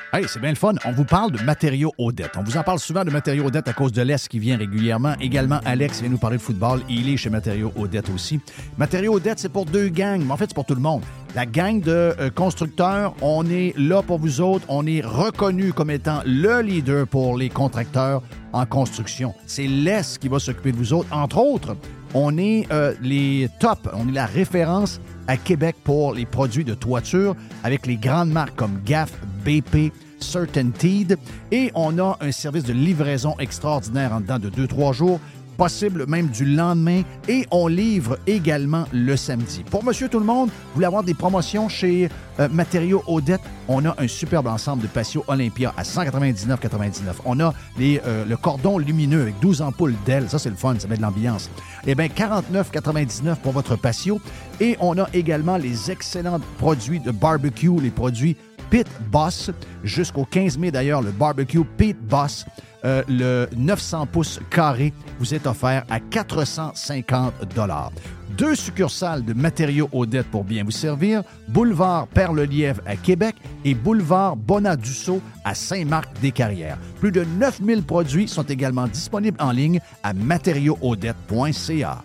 Hey, c'est bien le fun. On vous parle de Matériaux Odette. On vous en parle souvent de Matériaux Odette à cause de l'Est qui vient régulièrement. Également, Alex vient nous parler de football. Il est chez Matériaux Odette aussi. Matériaux Odette, c'est pour deux gangs, mais en fait, c'est pour tout le monde. La gang de constructeurs, on est là pour vous autres. On est reconnu comme étant le leader pour les contracteurs en construction. C'est l'Est qui va s'occuper de vous autres. Entre autres, on est les tops. On est la référence à Québec pour les produits de toiture avec les grandes marques comme GAF, BP, CertainTeed. Et on a un service de livraison extraordinaire en dedans de 2-3 jours, possible même du lendemain. Et on livre également le samedi. Pour Monsieur Tout-le-Monde, vous voulez avoir des promotions chez Matériaux Odette, on a un superbe ensemble de patio Olympia à 199,99. On a le cordon lumineux avec 12 ampoules d'ailes. Ça, c'est le fun, ça met de l'ambiance. Eh bien, 49,99 pour votre patio. Et on a également les excellents produits de barbecue, les produits Pit Boss. Jusqu'au 15 mai, d'ailleurs, le barbecue Pit Boss, le 900 pouces carré, vous est offert à 450 $. 2 succursales de Matériaux Odette pour bien vous servir. Boulevard Perle-Lièvre à Québec et Boulevard Bonadusseau à Saint-Marc-des-Carrières. Plus de 9000 produits sont également disponibles en ligne à matériauxaudette.ca.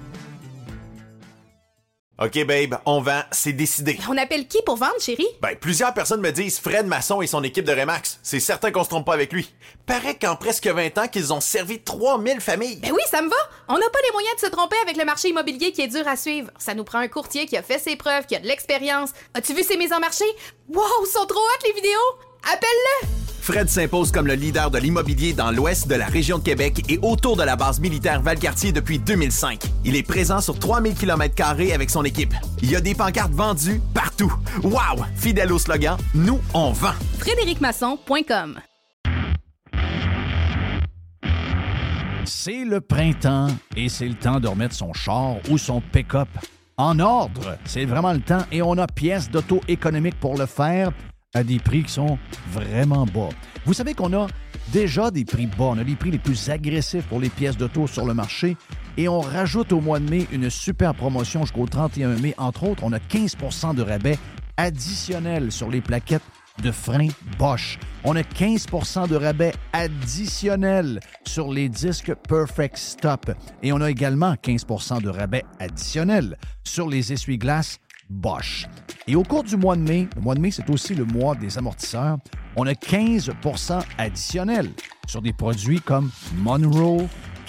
OK, babe, on vend, c'est décidé. On appelle qui pour vendre, chérie? Ben, plusieurs personnes me disent Fred Masson et son équipe de Remax. C'est certain qu'on se trompe pas avec lui. Paraît qu'en presque 20 ans, qu'ils ont servi 3000 familles. Ben oui, ça me va. On n'a pas les moyens de se tromper avec le marché immobilier qui est dur à suivre. Ça nous prend un courtier qui a fait ses preuves, qui a de l'expérience. As-tu vu ses mises en marché? Wow, sont trop hot les vidéos! Appelle-le! Fred s'impose comme le leader de l'immobilier dans l'ouest de la région de Québec et autour de la base militaire Valcartier depuis 2005. Il est présent sur 3000 km² avec son équipe. Il y a des pancartes vendues partout. Wow! Fidèle au slogan, nous, on vend. FrédéricMasson.com. C'est le printemps et c'est le temps de remettre son char ou son pick-up en ordre. C'est vraiment le temps et on a pièces d'auto économiques pour le faire à des prix qui sont vraiment bas. Vous savez qu'on a déjà des prix bas. On a les prix les plus agressifs pour les pièces d'auto sur le marché et on rajoute au mois de mai une super promotion jusqu'au 31 mai. Entre autres, on a 15 % de rabais additionnel sur les plaquettes de frein Bosch. On a 15 % de rabais additionnel sur les disques Perfect Stop. Et on a également 15 % de rabais additionnel sur les essuie-glaces Bosch. Et au cours du mois de mai, le mois de mai, c'est aussi le mois des amortisseurs, on a 15 % additionnel sur des produits comme Monroe,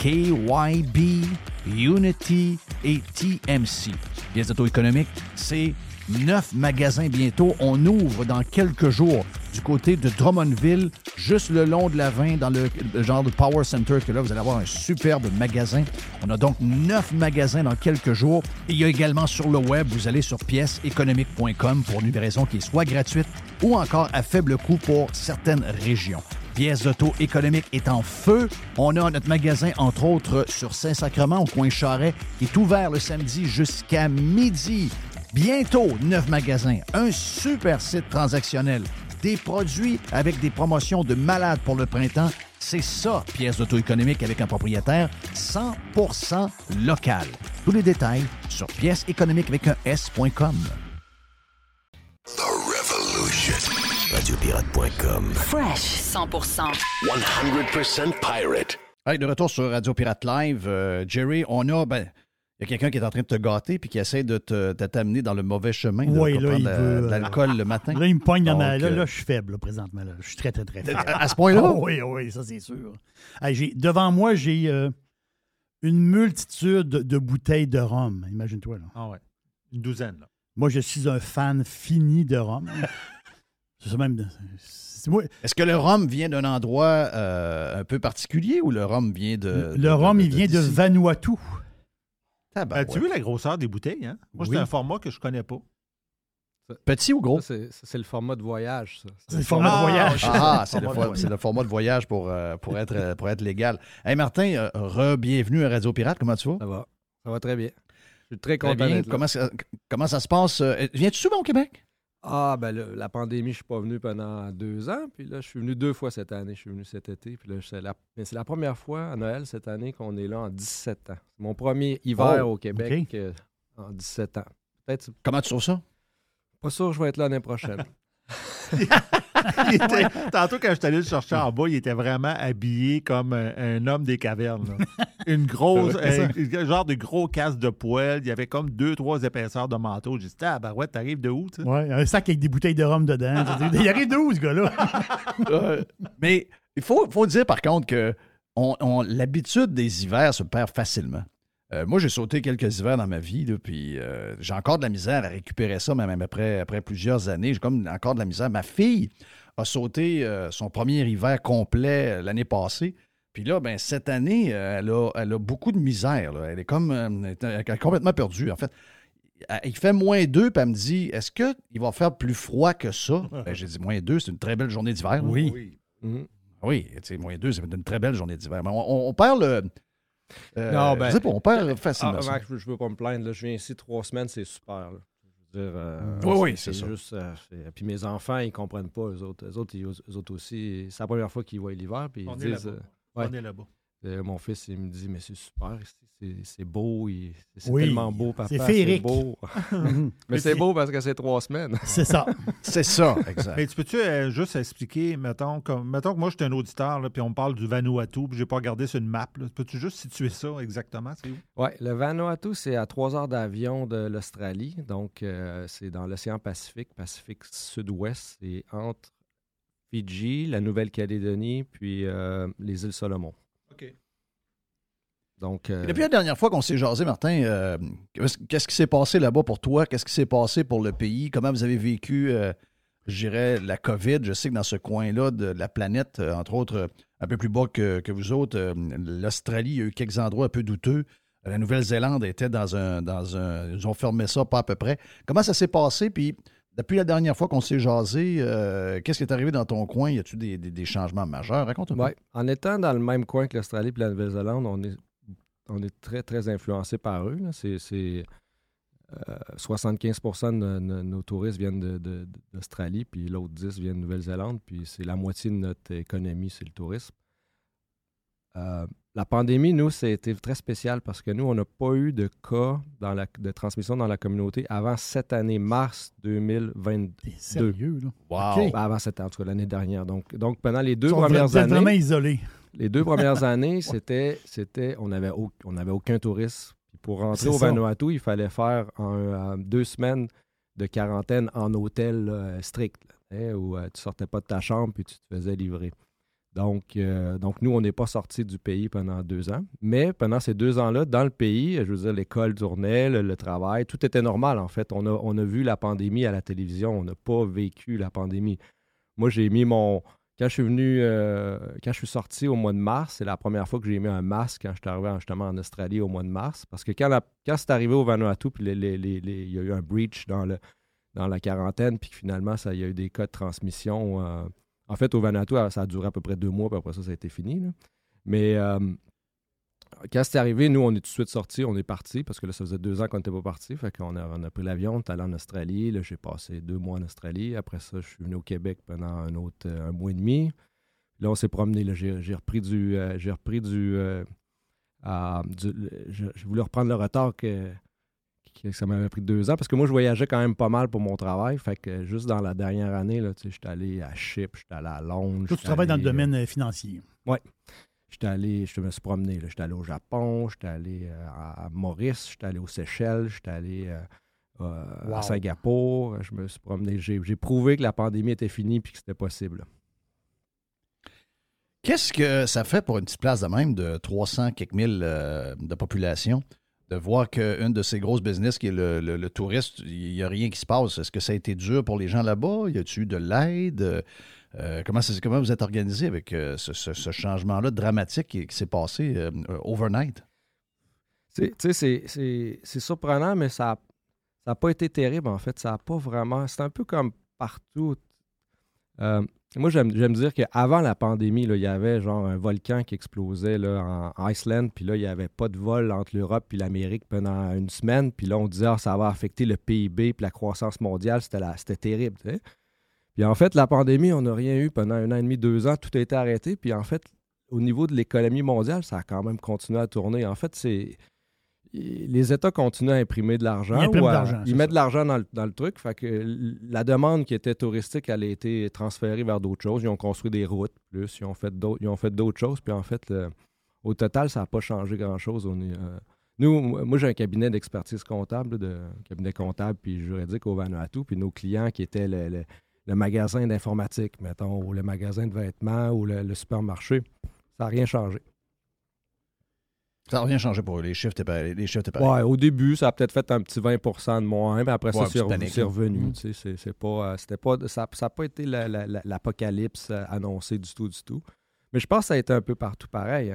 KYB, Unity et TMC. Pièces d'auto économiques, c'est 9 magasins bientôt. On ouvre dans quelques jours du côté de Drummondville, juste le long de la 20, dans le genre de Power Center, que là, vous allez avoir un superbe magasin. On a donc 9 magasins dans quelques jours. Et il y a également sur le web, vous allez sur pièceséconomique.com pour une livraison qui est soit gratuite ou encore à faible coût pour certaines régions. Pièces d'auto économique est en feu. On a notre magasin, entre autres, sur Saint-Sacrement, au coin Charret, qui est ouvert le samedi jusqu'à midi. Bientôt, 9 magasins, un super site transactionnel, des produits avec des promotions de malades pour le printemps. C'est ça, pièces d'auto économique avec un propriétaire 100% local. Tous les détails sur pièceséconomique avec un S.com. The Revolution. Radiopirate.com. Fresh 100%. 100% pirate. Hey, de retour sur Radio Pirate Live, Jerry, on a... il y a quelqu'un qui est en train de te gâter puis qui essaie de t'amener dans le mauvais chemin. Oui, là, il veut de l'alcool le matin. Là, il me pogne dans ma... Là, je suis faible, là, présentement. Là. Je suis très, très, très faible. À ce point-là? Oh, oui, ça, c'est sûr. Hey, devant moi, j'ai une multitude de bouteilles de rhum. Imagine-toi, là. Ah ouais. Une douzaine, là. Moi, je suis un fan fini de rhum. C'est même... Est-ce que le rhum vient d'un endroit un peu particulier ou le rhum vient de... Le rhum, il vient de Vanuatu. Tu veux la grosseur des bouteilles, hein? Moi, c'est un format que je connais pas. Petit ou gros? Ça, c'est le format de voyage, ça. C'est le format de voyage. C'est le format de voyage pour être légal. Hey Martin, bienvenue à Radio Pirate. Comment tu vas? Ça va très bien. Je suis très content d'être là. Comment ça se passe? Viens-tu souvent au Québec? Ah, ben la pandémie, je suis pas venu pendant 2 ans. Puis là, je suis venu 2 fois cette année. Je suis venu cet été. Puis là, c'est la première fois à Noël cette année qu'on est là en 17 ans. C'est mon premier hiver au Québec en 17 ans. Comment tu trouves ça? Pas sûr que je vais être là l'année prochaine. Tantôt, quand je suis allé le chercher en bas, il était vraiment habillé comme un homme des cavernes. Là. Une grosse, genre de gros casque de poêle. Il y avait comme 2-3 épaisseurs de manteau. J'ai dit, ouais, t'arrives de où? Oui, un sac avec des bouteilles de rhum dedans. Il arrive de où, ce gars-là? Mais il faut dire, par contre, que l'habitude des hivers se perd facilement. Moi, j'ai sauté quelques hivers dans ma vie, là, puis j'ai encore de la misère à récupérer ça, même après plusieurs années. J'ai comme encore de la misère. Ma fille a sauté son premier hiver complet l'année passée. Puis là, cette année, elle a beaucoup de misère. Là. Elle est comme elle est complètement perdue. En fait, il fait -2, puis elle me dit, est-ce qu'il va faire plus froid que ça? J'ai dit, -2, c'est une très belle journée d'hiver. Oui. Oui, -2, c'est une très belle journée d'hiver. Mais on perd le... non, je sais pas, on perd facilement. Je veux pas me plaindre. Là, je viens ici 3 semaines, c'est super. Là. Je veux dire, oui, c'est ça. Juste, puis mes enfants, ils comprennent pas. Eux autres aussi. C'est la première fois qu'ils voient l'hiver. Puis ils disent, on est là-bas. Mon fils, il me dit, mais c'est super ici, c'est beau. C'est tellement beau, papa. C'est féerique. C'est beau. Mais c'est beau parce que c'est 3 semaines. C'est ça. C'est ça, exact. Mais tu peux-tu juste expliquer, mettons que moi, je suis un auditeur, là, puis on me parle du Vanuatu, puis j'ai pas regardé sur une map. Là. Peux-tu juste situer ça exactement? C'est où? Oui, le Vanuatu, c'est à 3 heures d'avion de l'Australie. Donc, c'est dans l'océan Pacifique sud-ouest. C'est entre Fidji, la Nouvelle-Calédonie, puis les îles Solomon. OK. Donc, depuis la dernière fois qu'on s'est jasé, Martin, qu'est-ce qui s'est passé là-bas pour toi? Qu'est-ce qui s'est passé pour le pays? Comment vous avez vécu, je dirais, la COVID? Je sais que dans ce coin-là de la planète, entre autres, un peu plus bas que vous autres, l'Australie, il y a eu quelques endroits un peu douteux. La Nouvelle-Zélande était dans un... Ils ont fermé ça pas à peu près. Comment ça s'est passé? Puis, depuis la dernière fois qu'on s'est jasé, qu'est-ce qui est arrivé dans ton coin? Y a-t-il des changements majeurs? Raconte-moi. Oui. En étant dans le même coin que l'Australie et la Nouvelle-Zélande, on est très, très influencé par eux. Là. 75% de nos touristes viennent d'Australie, puis l'autre 10 viennent de Nouvelle-Zélande, puis c'est la moitié de notre économie, c'est le tourisme. La pandémie, nous, c'était très spécial parce que nous, on n'a pas eu de cas de transmission dans la communauté avant cette année, mars 2022. T'es sérieux, là? Wow! Okay. Avant cette année, en tout cas, l'année dernière. Donc pendant les 2 premières années... vraiment isolés. Les 2 premières années, c'était on n'avait aucun touriste. Puis pour rentrer au Vanuatu, il fallait faire 2 semaines de quarantaine en hôtel strict, là, où tu sortais pas de ta chambre puis tu te faisais livrer. Donc nous, on n'est pas sortis du pays pendant 2 ans. Mais pendant ces 2 ans-là, dans le pays, je veux dire, l'école tournait, le travail, tout était normal, en fait. On a vu la pandémie à la télévision. On n'a pas vécu la pandémie. Moi, j'ai mis Quand je suis sorti au mois de mars, c'est la première fois que j'ai mis un masque quand je suis arrivé justement en Australie au mois de mars. Parce que quand c'est arrivé au Vanuatu, puis il y a eu un breach dans la quarantaine, puis que finalement, il y a eu des cas de transmission. En fait, au Vanuatu, ça a duré à peu près 2 mois, puis après ça a été fini. Là. Mais quand c'est arrivé, nous, on est tout de suite sortis, on est partis, parce que là, ça faisait 2 ans qu'on n'était pas partis. Fait qu'on a pris l'avion, on est allé en Australie. Là, j'ai passé 2 mois en Australie. Après ça, je suis venu au Québec pendant un mois et demi. Là, on s'est promené. Là, j'ai voulu reprendre le retard que ça m'avait pris 2 ans, parce que moi, je voyageais quand même pas mal pour mon travail. Fait que juste dans la dernière année, là, j'étais allé à Chypre, j'étais allé à Londres. Toi, tu travailles dans le domaine financier. Oui. Je me suis promené. J'étais allé au Japon, j'étais allé à Maurice, j'étais allé aux Seychelles, j'étais allé à Singapour. Je me suis promené. J'ai prouvé que la pandémie était finie et que c'était possible. Qu'est-ce que ça fait pour une petite place de même de 300 quelques mille de population de voir qu'une de ces grosses business qui est le touriste, il n'y a rien qui se passe? Est-ce que ça a été dur pour les gens là-bas? Y a-t-il eu de l'aide? Comment vous êtes organisé avec ce changement-là dramatique qui s'est passé overnight? C'est surprenant, mais ça n'a pas été terrible, en fait. Ça n'a pas vraiment... C'est un peu comme partout. Moi, j'aime dire qu'avant la pandémie, là, il y avait genre un volcan qui explosait là, en Iceland, puis là, il n'y avait pas de vol entre l'Europe et l'Amérique pendant 1 semaine, puis là, on disait ça va affecter le PIB puis la croissance mondiale, c'était terrible, tu sais. Puis en fait, la pandémie, on n'a rien eu pendant 1 an et demi, 2 ans, tout a été arrêté, puis en fait, au niveau de l'économie mondiale, ça a quand même continué à tourner. En fait, les États continuent à imprimer de l'argent. Ils mettent de l'argent dans le truc. Fait que la demande qui était touristique, elle a été transférée vers d'autres choses. Ils ont construit des routes plus, ils ont fait d'autres choses. Puis en fait, au total, ça n'a pas changé grand-chose. Moi, j'ai un cabinet d'expertise comptable, cabinet comptable puis juridique au Vanuatu. Puis nos clients qui étaient le magasin d'informatique, mettons, ou le magasin de vêtements ou le supermarché, ça n'a rien changé. Ça n'a rien changé pour eux. Les chiffres étaient pareils. Ouais, au début, ça a peut-être fait un petit 20% de moins, mais après ça, c'est revenu. Ça n'a pas été l'apocalypse annoncé du tout. Mais je pense que ça a été un peu partout pareil.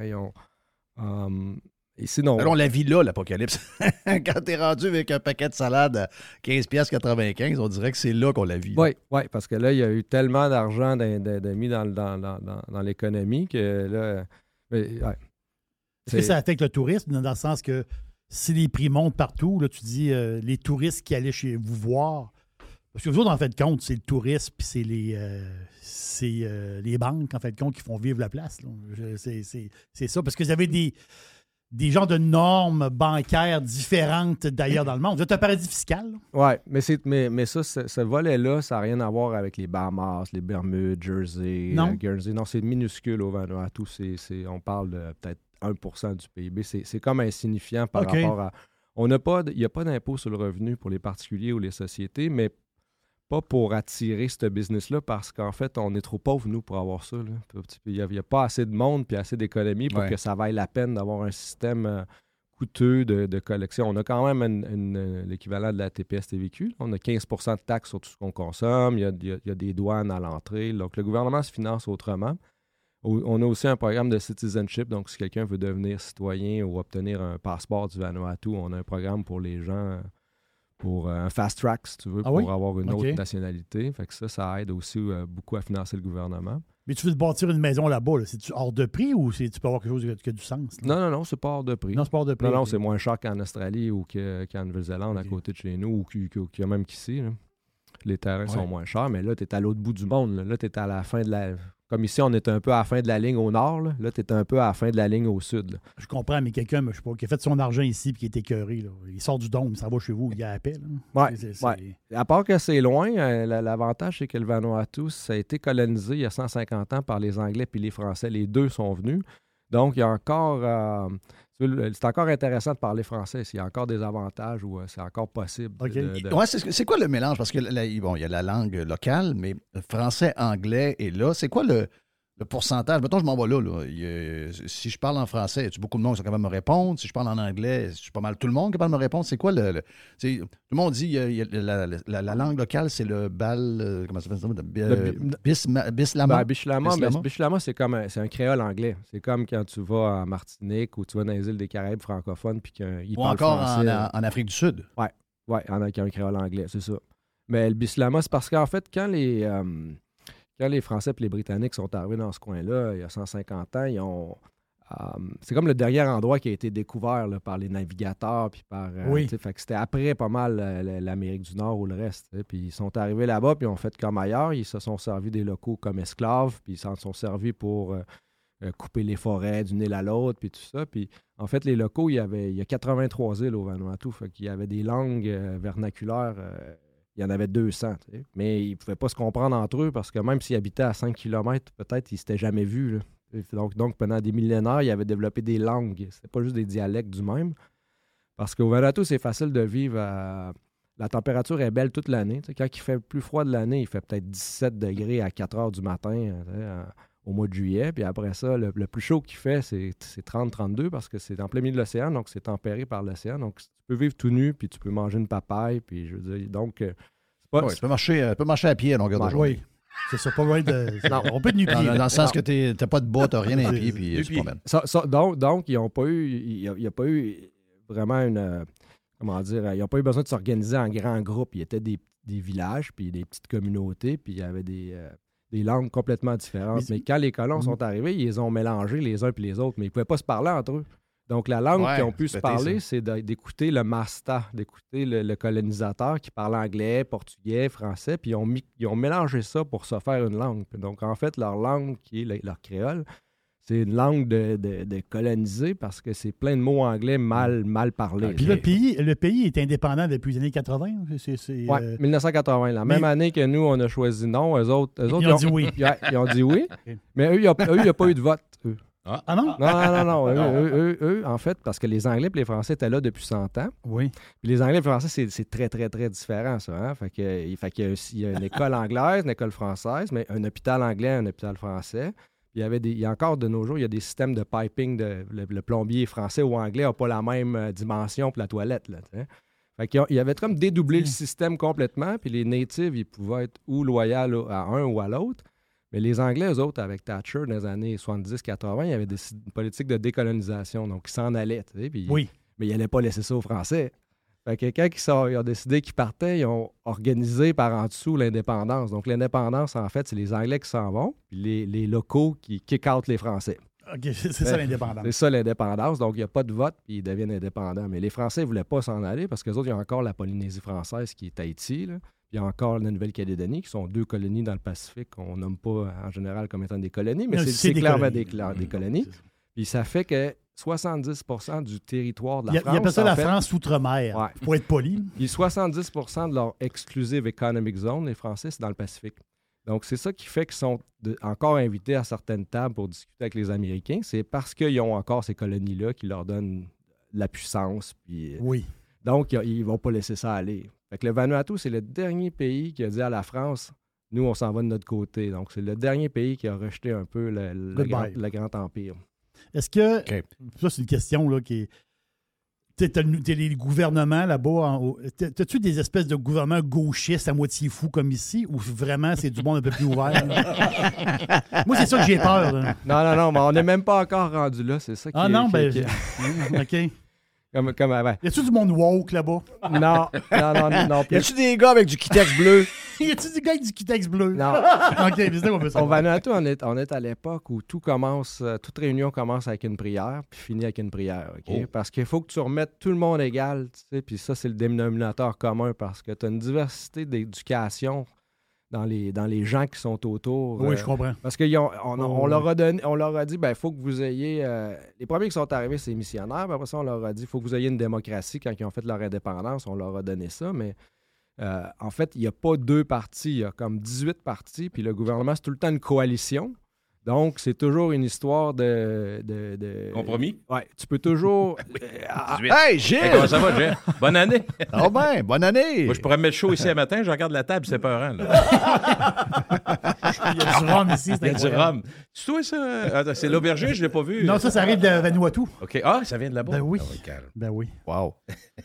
Et sinon, alors, on la vit là, l'apocalypse. Quand t'es rendu avec un paquet de salade à 15,95$, on dirait que c'est là qu'on la vit. Oui, parce que là, il y a eu tellement d'argent mis dans l'économie que là... Est-ce que ça affecte le tourisme, dans le sens que si les prix montent partout, là, tu dis les touristes qui allaient chez vous voir, parce que vous autres, en fait de compte, c'est le tourisme puis c'est les banques, en fait de compte, qui font vivre la place. C'est ça, parce que vous avez des genres de normes bancaires différentes d'ailleurs dans le monde. Vous êtes un paradis fiscal. Oui, mais ça, ce volet-là, ça n'a rien à voir avec les Bahamas, les Bermudes, Jersey, Guernsey. Non, c'est minuscule au Vanuatu. On parle de peut-être 1% du PIB. C'est comme insignifiant par rapport à... Il n'y a pas d'impôt sur le revenu pour les particuliers ou les sociétés, mais pas pour attirer ce business-là, parce qu'en fait, on est trop pauvres, nous, pour avoir ça. Il n'y a pas assez de monde puis assez d'économie pour que ça vaille la peine d'avoir un système coûteux de collection. On a quand même l'équivalent de la TPS-TVQ. On a 15% de taxes sur tout ce qu'on consomme. Il y a des douanes à l'entrée. Donc, le gouvernement se finance autrement. On a aussi un programme de citizenship. Donc, si quelqu'un veut devenir citoyen ou obtenir un passeport du Vanuatu, on a un programme pour les gens... pour un fast track, si tu veux, pour avoir une autre nationalité. Fait que ça aide aussi beaucoup à financer le gouvernement. Mais tu veux te bâtir une maison là-bas, c'est-tu hors de prix ou tu peux avoir quelque chose qui a du sens? Là? Non, c'est pas hors de prix. Non, c'est pas hors de prix. Non, c'est moins cher qu'en Australie ou qu'en Nouvelle-Zélande à côté de chez nous ou qu'il y a même qu'ici. Là. Les terrains sont moins chers, mais là, tu es à l'autre bout du monde. Là, tu es à la fin de la... Comme ici, on est un peu à la fin de la ligne au nord. Là tu es un peu à la fin de la ligne au sud. Là. Je comprends, mais quelqu'un, je sais pas, qui a fait son argent ici et qui est écœuré, là. Il sort du dôme, ça va chez vous, il y a la paix. Oui. À part que c'est loin, l'avantage, c'est que le Vanuatu, ça a été colonisé il y a 150 ans par les Anglais puis les Français. Les deux sont venus. Donc, il y a encore... c'est encore intéressant de parler français. S'il y a encore des avantages ou c'est encore possible. Ouais, c'est quoi le mélange? Parce que il y a la langue locale, mais français, anglais est là. C'est quoi le pourcentage? Mettons, je m'en vais là. Si je parle en français, y a beaucoup de monde qui sont capables de me répondre? Si je parle en anglais, c'est pas mal tout le monde qui est capable de me répondre. C'est quoi tout le monde dit la langue locale, c'est le bal... comment ça s'appelle? Bislama. Bislama, c'est un créole anglais. C'est comme quand tu vas en Martinique ou tu vas dans les îles des Caraïbes francophones puis qu'ils parlent français. En Afrique du Sud. Oui, il y a un créole anglais, c'est ça. Mais le Bislama, c'est parce qu'en fait, quand les Français et les Britanniques sont arrivés dans ce coin-là, il y a 150 ans, ils ont... c'est comme le dernier endroit qui a été découvert là, par les navigateurs. Puis fait que c'était après pas mal l'Amérique du Nord ou le reste. Puis ils sont arrivés là-bas, puis ils ont fait comme ailleurs. Ils se sont servis des locaux comme esclaves, puis ils s'en sont servis pour couper les forêts d'une île à l'autre, puis tout ça. Puis en fait, les locaux, il y a 83 îles au Vanuatu. Fait qu'il y avait des langues vernaculaires... il y en avait 200, mais ils ne pouvaient pas se comprendre entre eux parce que même s'ils habitaient à 5 km, peut-être ils ne s'étaient jamais vus. Là. Donc, pendant des millénaires, ils avaient développé des langues. C'était pas juste des dialectes du même. Parce qu'au Vanuatu, c'est facile de vivre La température est belle toute l'année. Quand il fait plus froid de l'année, il fait peut-être 17 degrés à 4 heures du matin au mois de juillet. Puis après ça, le plus chaud qu'il fait, c'est 30-32 parce que c'est en plein milieu de l'océan, donc c'est tempéré par l'océan. Donc, tu peux vivre tout nu, puis tu peux manger une papaye, puis je veux dire, donc... c'est pas, tu peux marcher à pied à longueur de journée. Oui. C'est ça, pas loin de... Non, on peut être nu-pied. Dans le sens que tu n'as pas de bas, tu n'as rien à les pieds, puis tu promènes. Donc, ils n'ont pas eu... Il n'y a pas eu vraiment une... Comment dire? Ils n'ont pas eu besoin de s'organiser en grands groupes. Il y était des villages, puis des petites communautés, puis il y avait des langues complètement différentes. Mais quand les colons sont arrivés, ils les ont mélangés les uns puis les autres, mais ils ne pouvaient pas se parler entre eux. Donc, la langue qu'ils ont pu se parler, c'est d'écouter le masta, d'écouter le colonisateur qui parle anglais, portugais, français, puis ils ont mélangé ça pour se faire une langue. Donc, en fait, leur langue, qui est leur créole, c'est une langue de colonisé parce que c'est plein de mots anglais mal parlés. Puis le pays est indépendant depuis les années 80. Oui, 1980. La même année que nous, on a choisi non. Eux autres ils ont dit oui. Ils ont dit oui. Mais eux, il n'y a pas eu de vote. Eux. Ah non? Non. Eux, en fait, parce que les Anglais et les Français étaient là depuis 100 ans. Oui. Puis les Anglais et les Français, c'est très, très, très différent, ça. Hein? Fait qu'il y a une école anglaise, une école française, mais un hôpital anglais, un hôpital français. Il y a encore de nos jours, il y a des systèmes de piping. Le plombier français ou anglais n'a pas la même dimension pour la toilette. Là, fait qu'il avait comme dédoublé le système complètement, puis les natives, ils pouvaient être ou loyaux à un ou à l'autre. Mais les Anglais, eux autres, avec Thatcher dans les années 70-80, il y avait une politique de décolonisation. Donc, ils s'en allaient. Puis, oui. Mais ils n'allaient pas laisser ça aux Français. Fait que quand ils ont décidé qu'ils partaient, ils ont organisé par en dessous l'indépendance. Donc, l'indépendance, en fait, c'est les Anglais qui s'en vont, puis les locaux qui kick out les Français. OK, c'est ça l'indépendance. C'est ça l'indépendance. Donc, il n'y a pas de vote, puis ils deviennent indépendants. Mais les Français ne voulaient pas s'en aller parce qu'eux autres, il y a encore la Polynésie française qui est Haïti, là. Puis il y a encore la Nouvelle-Calédonie, qui sont 2 colonies dans le Pacifique qu'on nomme pas en général comme étant des colonies, mais c'est clairement des colonies. Puis ça fait que 70% du territoire de la France... Il appelle ça la France outre-mer, ouais. Pour être poli. Puis 70% de leur exclusive economic zone, les Français, c'est dans le Pacifique. Donc, c'est ça qui fait qu'ils sont encore invités à certaines tables pour discuter avec les Américains. C'est parce qu'ils ont encore ces colonies-là qui leur donnent de la puissance. Puis, oui. Donc, ils ne vont pas laisser ça aller. Fait que le Vanuatu, c'est le dernier pays qui a dit à la France, nous, on s'en va de notre côté. Donc, c'est le dernier pays qui a rejeté un peu le grand empire. Est-ce que... Okay. Ça, c'est une question là, qui est... T'as les gouvernements là-bas. T'as-tu des espèces de gouvernements gauchistes à moitié fous comme ici ou vraiment c'est du monde un peu plus ouvert? Moi, c'est ça que j'ai peur. Là. Non, mais on n'est même pas encore rendu là. C'est ça qui Ah non, ben... OK. Comme avant. Y a-tu du monde woke là-bas? Non. Y a-tu des gars avec du Kitex bleu? Y a-tu des gars avec du Kitex bleu? Non. OK, c'est ça qu'on veut savoir. Au Vanuatu, on est à l'époque où toute réunion commence avec une prière, puis finit avec une prière, OK? Oh. Parce qu'il faut que tu remettes tout le monde égal, tu sais, puis ça, c'est le dénominateur commun, parce que tu as une diversité d'éducation dans les gens qui sont autour. Oui, je comprends. Parce qu'on leur a dit, il faut que vous ayez... les premiers qui sont arrivés, c'est les missionnaires. Puis après ça, on leur a dit, il faut que vous ayez une démocratie. Quand ils ont fait leur indépendance, on leur a donné ça. Mais en fait, il n'y a pas 2 partis. Il y a comme 18 partis. Puis le gouvernement, c'est tout le temps une coalition. Donc, c'est toujours une histoire de... Compromis? Oui, tu peux toujours... Hey, Gilles! Hey, comment ça va, Gilles? Bonne année! Ah ben, bonne année! Moi, je pourrais me mettre chaud ici un matin, je regarde la table, c'est peurant. Là. Il y a du rhum ici, c'est incroyable. Il y a du rhum. C'est toi, ça? C'est l'aubergine, je ne l'ai pas vu. Non, ça arrive de Vanuatu. OK. Ah, ça vient de là-bas? Ben oui. Ah, oui, calme. Ben oui. Wow.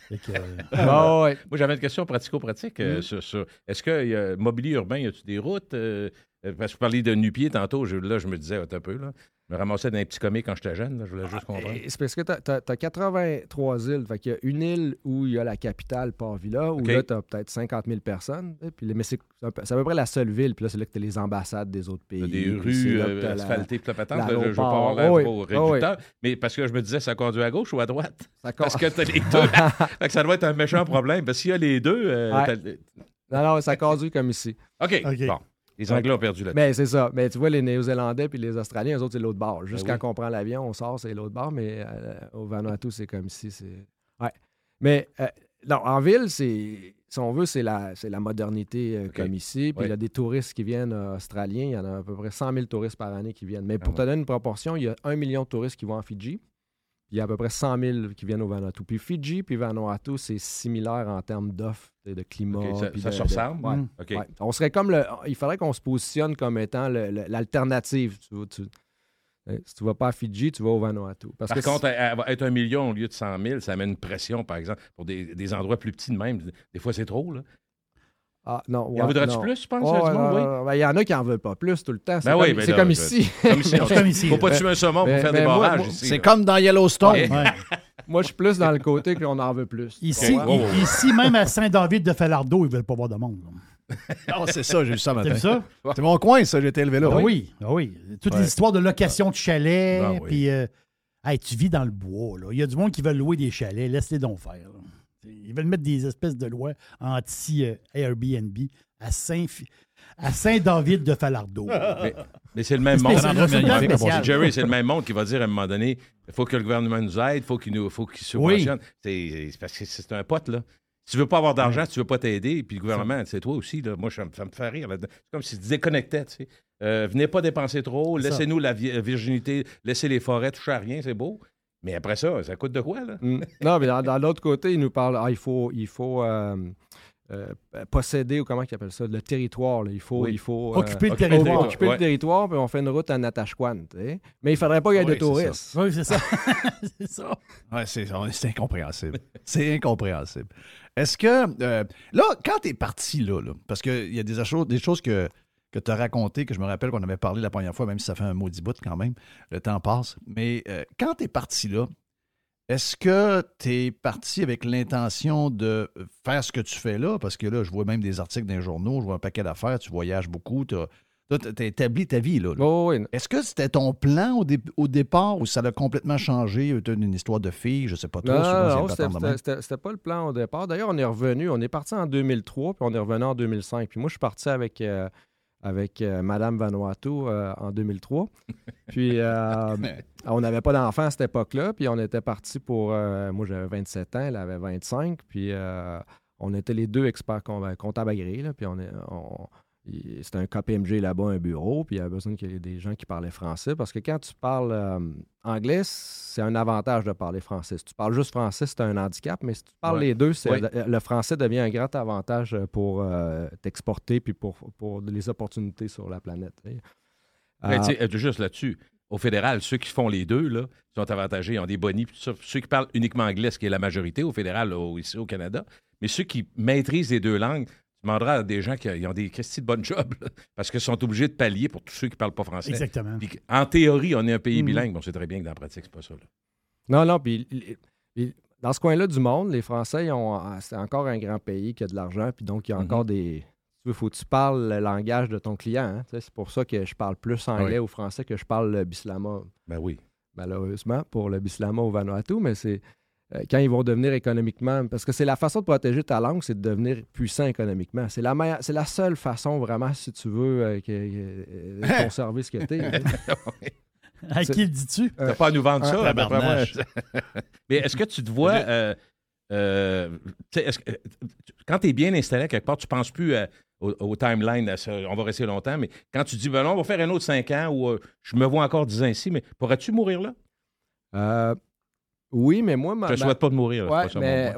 Ouais. Moi, j'avais une question pratico-pratique sur est-ce que mobilier urbain, y a-tu des routes? Parce que vous parliez de nu-pied tantôt, je me disais, un peu, là. Je me ramassais dans un petit comique quand j'étais jeune, là, je voulais juste comprendre. C'est parce que tu as 83 îles. Fait qu'il y a une île où il y a la capitale, Port-Vila, où là, tu as peut-être 50 000 personnes. Mais c'est à peu près la seule ville. Puis là, c'est là que tu as les ambassades des autres pays. Des rues asphaltées, patentes. Je ne veux pas avoir l'air trop réducteur. Mais parce que je me disais, ça conduit à gauche ou à droite? Parce que tu as les deux. Fait que ça doit être un méchant problème. Parce qu'il y a les deux... Non, ça conduit comme ici. OK. Bon. Les Anglais ont perdu là-dessus. Mais c'est ça. Mais tu vois, les Néo-Zélandais puis les Australiens, eux autres, c'est l'autre bord. Juste quand on prend l'avion, on sort, c'est l'autre bord. Mais au Vanuatu, c'est comme ici. Ouais. Mais non, en ville, si on veut, c'est la modernité comme ici. Puis il y a des touristes qui viennent australiens. Il y en a à peu près 100 000 touristes par année qui viennent. Mais pour te donner une proportion, il y a 1 million de touristes qui vont en Fidji. Il y a à peu près 100 000 qui viennent au Vanuatu. Puis Fidji puis Vanuatu, c'est similaire en termes d'offres, de climat. Okay, ça se ressemble? Ouais, okay. Ouais. On serait comme il faudrait qu'on se positionne comme étant l'alternative. Si tu ne vas pas à Fidji, tu vas au Vanuatu. Par contre, être 1 million au lieu de 100 000, ça met une pression, par exemple, pour des endroits plus petits de même. Des fois, c'est trop, là. Ah, non. Il en voudrais-tu plus, je pense? Il y en a qui n'en veulent pas plus tout le temps. C'est comme ici. Comme ici. Faut pas tuer un saumon pour faire des barrages ici. C'est comme dans Yellowstone. Ouais. Moi, je suis plus dans le côté qu'on en veut plus. Ici, même à Saint-David de Falardeau, ils ne veulent pas voir de monde. Non, c'est ça, j'ai vu ça matin. T'as vu ça? C'est mon coin, ça, j'ai été élevé là. Oui. Toutes les histoires de location de chalets, puis tu vis dans le bois. Là. Il y a du monde qui veut louer des chalets, laisse-les donc faire. Là. Ils veulent mettre des espèces de lois anti-Airbnb à Saint-David de Falardeau. Mais c'est le même monde. Jerry, c'est le même monde qui va dire à un moment donné, il faut que le gouvernement nous aide, il faut qu'il subventionne. C'est parce que c'est un pote, là. Si tu veux pas avoir d'argent, si tu veux pas t'aider, puis le gouvernement, c'est toi aussi, là. Moi, ça me fait rire là-dedans. C'est comme si tu déconnectais, tu sais. Venez pas dépenser trop, laissez-nous la virginité, laissez les forêts, touchez à rien, c'est beau. Mais après ça coûte de quoi, là? Non, mais dans l'autre côté, il nous parle, il faut posséder, ou comment ils appellent ça, le territoire. Là. Il faut occuper le territoire. Occuper le territoire, puis on fait une route à Natashquan. Mais il ne faudrait pas qu'il y ait de touristes. Oui, c'est ça. C'est ça. Ouais, c'est incompréhensible. C'est incompréhensible. Est-ce que, là, quand tu es parti là, parce qu'il y a des choses que tu as racontées, que je me rappelle qu'on avait parlé la première fois, même si ça fait un maudit bout quand même, le temps passe. Mais quand tu es parti là, est-ce que tu es parti avec l'intention de faire ce que tu fais là? Parce que là, je vois même des articles dans les journaux, je vois un paquet d'affaires, tu voyages beaucoup, tu as établi ta vie là. Oh, oui. Est-ce que c'était ton plan au départ ou ça l'a complètement changé? Tu as une histoire de fille, je sais pas trop. Non, c'était pas le plan au départ. D'ailleurs, on est revenu, on est parti en 2003, puis on est revenu en 2005. Puis moi, je suis parti avec Mme Vanuatu en 2003. Puis, on n'avait pas d'enfants à cette époque-là. Puis, on était partis pour... moi, j'avais 27 ans, elle avait 25. Puis, on était les deux experts comptables agréés. Là, puis, c'était un KPMG là-bas, un bureau. Puis, il y avait besoin qu'il y ait des gens qui parlaient français. Parce que quand tu parles anglais, c'est un avantage de parler français. Si tu parles juste français, c'est un handicap. Mais si tu parles les deux, le français devient un grand avantage pour t'exporter puis pour les opportunités sur la planète. Juste là-dessus, au fédéral, ceux qui font les deux là, sont avantagés, ils ont des bonnies, tout ça. Ceux qui parlent uniquement anglais, ce qui est la majorité au fédéral, ici au Canada, mais ceux qui maîtrisent les deux langues, tu demanderas à des gens qui ont des Christy de bonnes jobs, là, parce qu'ils sont obligés de pallier pour tous ceux qui ne parlent pas français. Exactement. Puis, en théorie, on est un pays bilingue, mais on sait très bien que dans la pratique, c'est pas ça. Là. Non, puis dans ce coin-là du monde, les Français, c'est encore un grand pays qui a de l'argent, puis donc il y a encore des... Il faut que tu parles le langage de ton client. Hein? C'est pour ça que je parle plus anglais ou français que je parle le bislama. Ben oui. Malheureusement, pour le bislama au Vanuatu, mais c'est quand ils vont devenir économiquement... Parce que c'est la façon de protéger ta langue, c'est de devenir puissant économiquement. C'est la seule façon, vraiment, si tu veux, de conserver ce que tu es. À qui le dis-tu? T'as pas à nous vendre ça, d'après moi. Mais est-ce que tu te vois... quand tu es bien installé quelque part, tu ne penses plus au timeline, on va rester longtemps, mais quand tu dis, ben non, on va faire un autre 5 ans ou je me vois encore 10 ans ici, mais pourrais-tu mourir là? Oui, mais moi... Je ne souhaite pas de mourir. Oui, mais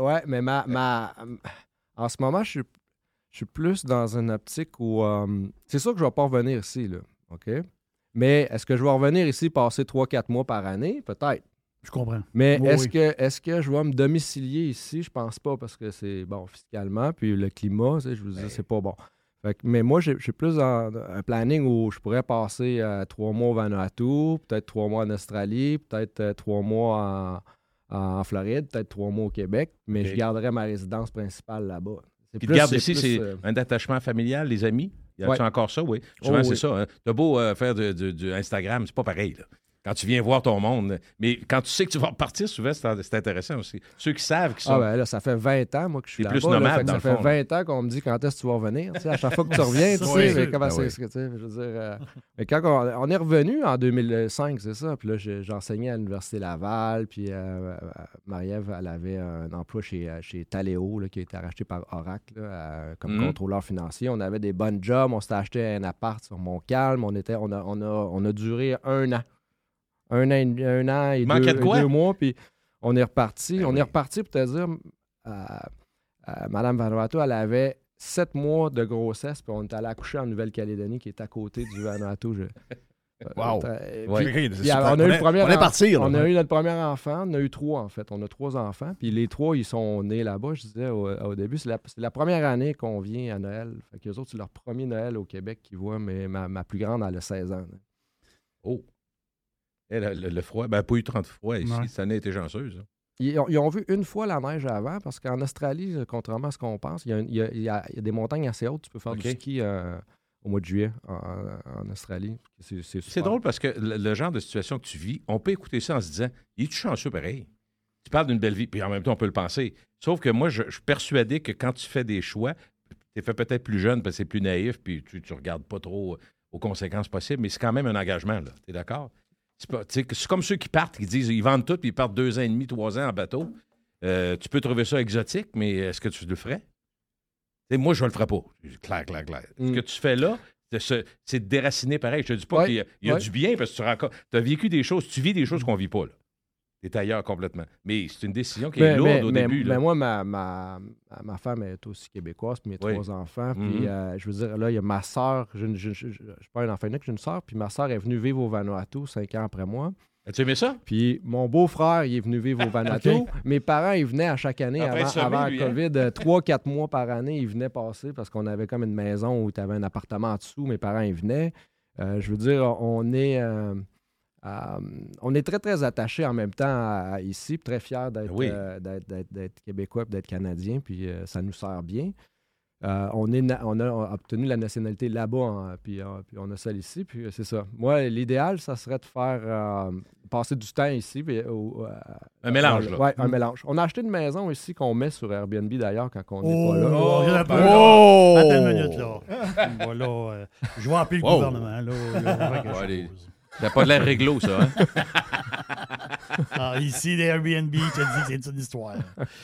en ce moment, je suis plus dans une optique où... c'est sûr que je ne vais pas revenir ici, là, OK? Mais est-ce que je vais revenir ici passer 3-4 mois par année? Peut-être. Je comprends. Mais est-ce que je vais me domicilier ici? Je pense pas parce que c'est, bon, fiscalement, puis le climat, je vous dis, c'est pas bon. Mais moi, j'ai plus un planning où je pourrais passer 3 mois au Vanuatu, peut-être 3 mois en Australie, peut-être 3 mois en Floride, peut-être 3 mois au Québec, mais je garderai ma résidence principale là-bas. Puis tu gardes ici, c'est un attachement familial, les amis? Y a-tu encore ça? Oui. Souvent, c'est ça. Hein? T'as beau faire du Instagram, c'est pas pareil, là. Quand tu viens voir ton monde. Mais quand tu sais que tu vas repartir, souvent, c'est intéressant aussi. Ceux qui savent qui sont... Ah ben là, ça fait 20 ans, moi, que je suis là-bas. plus nomade, ça fait 20 ans qu'on me dit quand est-ce que tu vas revenir. À chaque fois que tu reviens, tu sais, mais comment c'est... Je veux dire... mais quand on est revenu en 2005, c'est ça, puis là, j'enseignais à l'Université Laval, puis Marie-Ève, elle avait un emploi chez Taléo, là, qui a été racheté par Oracle, là, comme contrôleur financier. On avait des bonnes jobs, on s'était acheté un appart sur Montcalm, on a duré 1 an. Un an et 2 mois, puis on est reparti. On est reparti pour te dire, Mme Vanuatu, elle avait 7 mois de grossesse, puis on est allé accoucher en Nouvelle-Calédonie, qui est à côté du Vanuatu. Wow! On a eu notre premier enfant. On a eu 3, en fait. On a 3 enfants, puis les 3, ils sont nés là-bas. Je disais au début, c'est la première année qu'on vient à Noël. Fait qu'eux autres, c'est leur premier Noël au Québec qu'ils voient, mais ma plus grande, elle a 16 ans. Là. Oh! Le froid, ben pas eu 30 froid ici. Cette année a été chanceuse. Hein. Ils ont vu une fois la neige avant, parce qu'en Australie, contrairement à ce qu'on pense, il y a des montagnes assez hautes. Tu peux faire du ski au mois de juillet en Australie. C'est drôle parce que le genre de situation que tu vis, on peut écouter ça en se disant, il est chanceux pareil. Tu parles d'une belle vie, puis en même temps, on peut le penser. Sauf que moi, je suis persuadé que quand tu fais des choix, tu es fait peut-être plus jeune parce que c'est plus naïf, puis tu ne regardes pas trop aux conséquences possibles, mais c'est quand même un engagement, là. Tu es d'accord? C'est comme ceux qui partent, qui disent, ils vendent tout, puis ils partent 2 ans et demi, 3 ans en bateau. Tu peux trouver ça exotique, mais est-ce que tu le ferais? T'sais, moi, je ne le ferais pas. Clair. Ce que tu fais là, c'est de déraciner pareil. Je te dis pas qu'il y a du bien, parce que tu as vécu des choses, tu vis des choses qu'on ne vit pas, là. Tu es ailleurs complètement. Mais c'est une décision qui est lourde au début. Mais moi, ma femme est aussi québécoise, puis mes 3 enfants. Puis, je veux dire, là, il y a ma soeur. Je ne suis pas un enfant unique, j'ai une soeur. Puis ma soeur est venue vivre au Vanuatu 5 ans après moi. As-tu aimé ça? Puis mon beau-frère, il est venu vivre au Vanuatu. Okay. Mes parents, ils venaient à chaque année avant le COVID, 3-4 mois par année, ils venaient passer parce qu'on avait comme une maison où tu avais un appartement en dessous. Mes parents, ils venaient. Je veux dire, on est très, très attachés en même temps ici, puis très fiers d'être Québécois et d'être Canadiens, puis ça nous sert bien. On a obtenu la nationalité là-bas, puis on a celle ici, puis c'est ça. Moi, l'idéal, ça serait de faire passer du temps ici. Puis, un mélange, là. Oui, un mélange. On a acheté une maison ici qu'on met sur Airbnb, d'ailleurs, quand on n'est pas là. Attends une minute, là. Voilà, je vais appeler le gouvernement, là. T'as pas de l'air réglo, ça, hein? Ici, les Airbnb, tu te dis que c'est une histoire.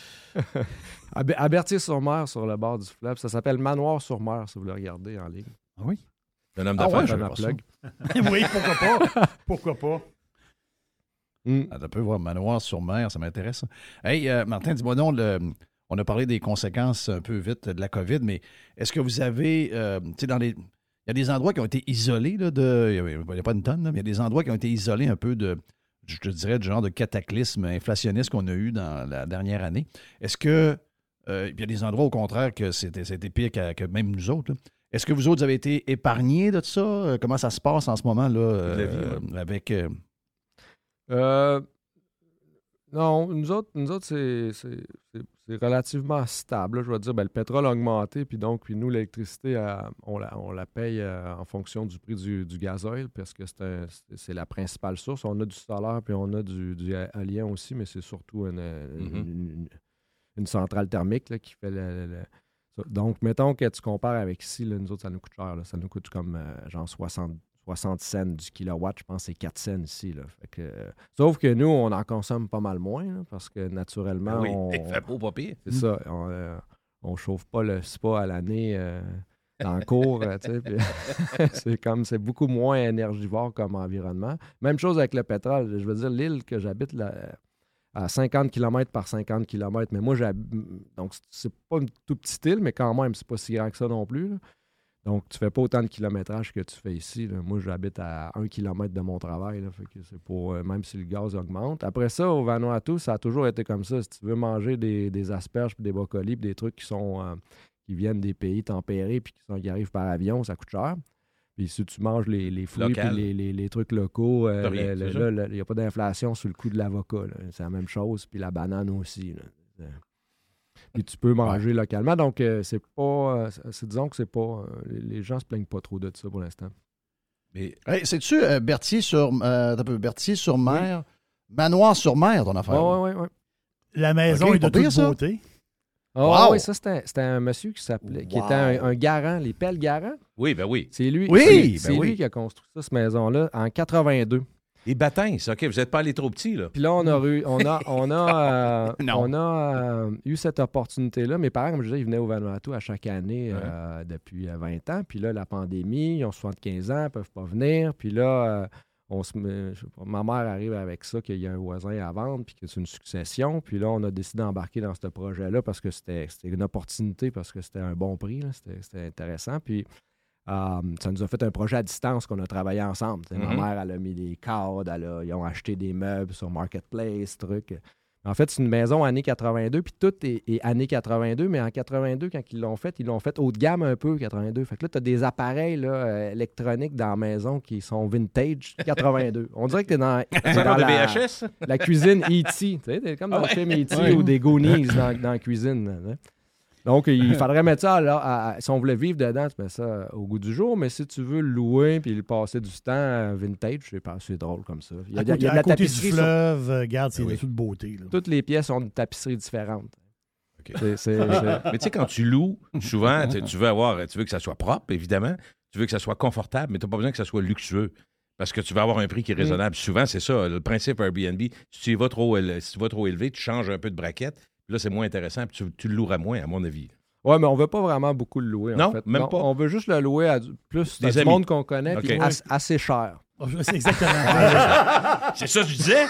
À Berthier-sur-Mer, sur le bord du fleuve. Ça s'appelle Manoir-sur-Mer, si vous le regardez en ligne. Ah oui? C'est un homme d'affaires. Oui, pourquoi pas? Pourquoi pas? Tu peux voir Manoir-sur-Mer, ça m'intéresse. Hey, Martin, dis-moi donc, on a parlé des conséquences un peu vite de la COVID, mais est-ce que vous avez, tu sais, il y a des endroits qui ont été isolés, là, il n'y a pas une tonne, là, mais il y a des endroits qui ont été isolés un peu je te dirais, du genre de cataclysme inflationniste qu'on a eu dans la dernière année. Est-ce que il y a des endroits, au contraire, que c'était pire que même nous autres, là? Est-ce que vous autres avez été épargnés de ça? Comment ça se passe en ce moment là avec... Non, nous autres c'est relativement stable. Là, je vais dire, le pétrole a augmenté, puis nous, l'électricité, on la paye en fonction du prix du gazoil, parce que c'est la principale source. On a du solaire, puis on a du éolien aussi, mais c'est surtout une centrale thermique là, qui fait Donc, mettons que tu compares avec ici, là, nous autres, ça nous coûte cher. Là. Ça nous coûte comme genre 60 cents du kilowatt. Je pense que c'est 4 cents ici. Là. Fait que, sauf que nous, on en consomme pas mal moins, là, parce que naturellement, il fait beau, pas pire. C'est ça. On chauffe pas le spa à l'année dans le cours. C'est beaucoup moins énergivore comme environnement. Même chose avec le pétrole. Je veux dire, l'île que j'habite là, à 50 km par 50 km. Mais moi, donc, c'est pas une toute petite île, mais quand même, c'est pas si grand que ça non plus. Là. Donc, tu fais pas autant de kilométrage que tu fais ici. Là. Moi, j'habite à 1 km de mon travail. Là, fait que c'est pour, même si le gaz augmente. Après ça, au Vanuatu, ça a toujours été comme ça. Si tu veux manger des asperges, puis des brocolis, puis des trucs qui viennent des pays tempérés, puis qui arrivent par avion, ça coûte cher. Puis si tu manges les fruits et les trucs locaux, il n'y a pas d'inflation sur le coût de l'avocat. Là. C'est la même chose. Puis la banane aussi. Là. Puis tu peux manger localement. Donc, c'est pas... disons que c'est pas... les gens se plaignent pas trop de ça pour l'instant. Mais c'est-tu Berthier-sur-Mer? Oui. Manoir-sur-Mer, ton affaire? Oui. La maison est de toute beauté. Oh, oui, ça, c'était un monsieur qui était un garant, les pelles garants. Oui, ben oui. C'est lui, lui qui a construit ça, cette maison-là, en 82. Les bâtins, c'est OK, vous n'êtes pas allé trop petit, là. Puis là, on a eu cette opportunité-là. Mes parents, comme je disais, ils venaient au Vanuatu à chaque année depuis 20 ans. Puis là, la pandémie, ils ont 75 ans, ils ne peuvent pas venir. Puis là... ma mère arrive avec ça, qu'il y a un voisin à vendre, puis que c'est une succession. Puis là, on a décidé d'embarquer dans ce projet-là parce que c'était une opportunité, parce que c'était un bon prix. Là, c'était intéressant. Puis ça nous a fait un projet à distance qu'on a travaillé ensemble. Ma mère, elle a mis des cadres, ils ont acheté des meubles sur Marketplace, trucs. En fait, c'est une maison années 82, puis tout est années 82, mais en 82, quand ils l'ont fait haut de gamme un peu, 82. Fait que là, tu as des appareils là, électroniques dans la maison qui sont vintage 82. On dirait que tu es dans VHS? La cuisine E.T. Tu sais, t'es comme dans le film E.T. ou des Goonies dans la cuisine. Hein? Donc, il faudrait mettre ça, si on voulait vivre dedans, tu mets ça au goût du jour, mais si tu veux le louer puis le passer du temps vintage, c'est drôle comme ça. Il y a de la côté tapisserie du fleuve, regarde, c'est Oui. de toute beauté. Là. Toutes les pièces ont une tapisserie différente. OK. Mais tu sais, quand tu loues, souvent, tu veux que ça soit propre, évidemment. Tu veux que ça soit confortable, mais tu n'as pas besoin que ça soit luxueux. Parce que tu vas avoir un prix qui est raisonnable. Souvent, c'est ça, le principe Airbnb. Si tu vas trop élevé, tu changes un peu de braquette. Puis là, c'est moins intéressant. Puis tu le loueras moins, à mon avis. Oui, mais on ne veut pas vraiment beaucoup le louer, non, en fait. Même pas. On veut juste le louer à plus Des du amis. monde qu'on connaît, OK. puis assez cher. C'est exactement. C'est ça que je disais?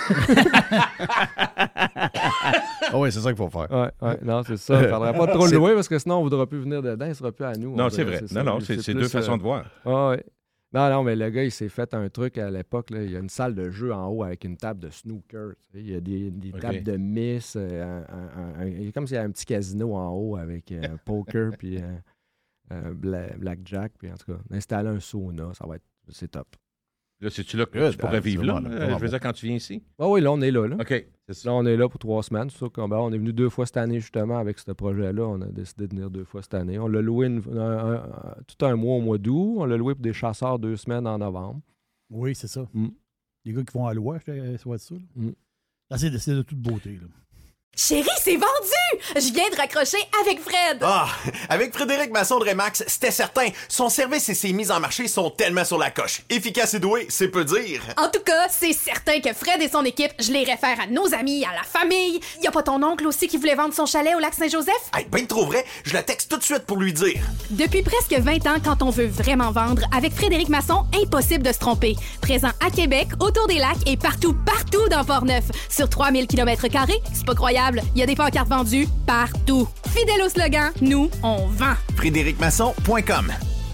Oui, c'est ça qu'il faut faire. Oui, non, c'est ça. Il ne faudrait pas trop le louer parce que sinon, on ne voudra plus venir dedans. Il ne sera plus à nous. Non, c'est vrai. C'est deux façons de voir. Oui. Non, mais le gars, il s'est fait un truc à l'époque. Là. Il y a une salle de jeu en haut avec une table de snooker. Tu sais. Il y a des tables de miss. Comme s'il y avait un petit casino en haut avec poker puis blackjack. Puis en tout cas, installer un sauna, c'est top. Là, c'est-tu là que tu pourrais vivre là? Je veux dire, quand tu viens ici? Ah oui, là, on est là. OK. Là, on est là pour 3 semaines. C'est ça on est venu 2 fois cette année, justement, avec ce projet-là. On a décidé de venir 2 fois cette année. On l'a loué tout un mois au mois d'août. On l'a loué pour des chasseurs 2 semaines en novembre. Oui, c'est ça. Mm. Les gars qui vont à l'ouest, ça va être ça. Là. Mm. Là, c'est de toute beauté. Là. Chérie, c'est vendu! Je viens de raccrocher avec Fred! Ah, avec Frédéric Masson de Remax, c'était certain. Son service et ses mises en marché sont tellement sur la coche. Efficace et doué, c'est peu dire. En tout cas, c'est certain que Fred et son équipe, je les réfère à nos amis, à la famille. Y a pas ton oncle aussi qui voulait vendre son chalet au lac Saint-Joseph? Hey, ben trop vrai, je le texte tout de suite pour lui dire. Depuis presque 20 ans, quand on veut vraiment vendre, avec Frédéric Masson, impossible de se tromper. Présent à Québec, autour des lacs et partout dans Port-Neuf. Sur 3000 km², c'est pas croyable, il y a des pancartes vendues partout. Fidèle au slogan, nous, on vend. FrédéricMasson.com.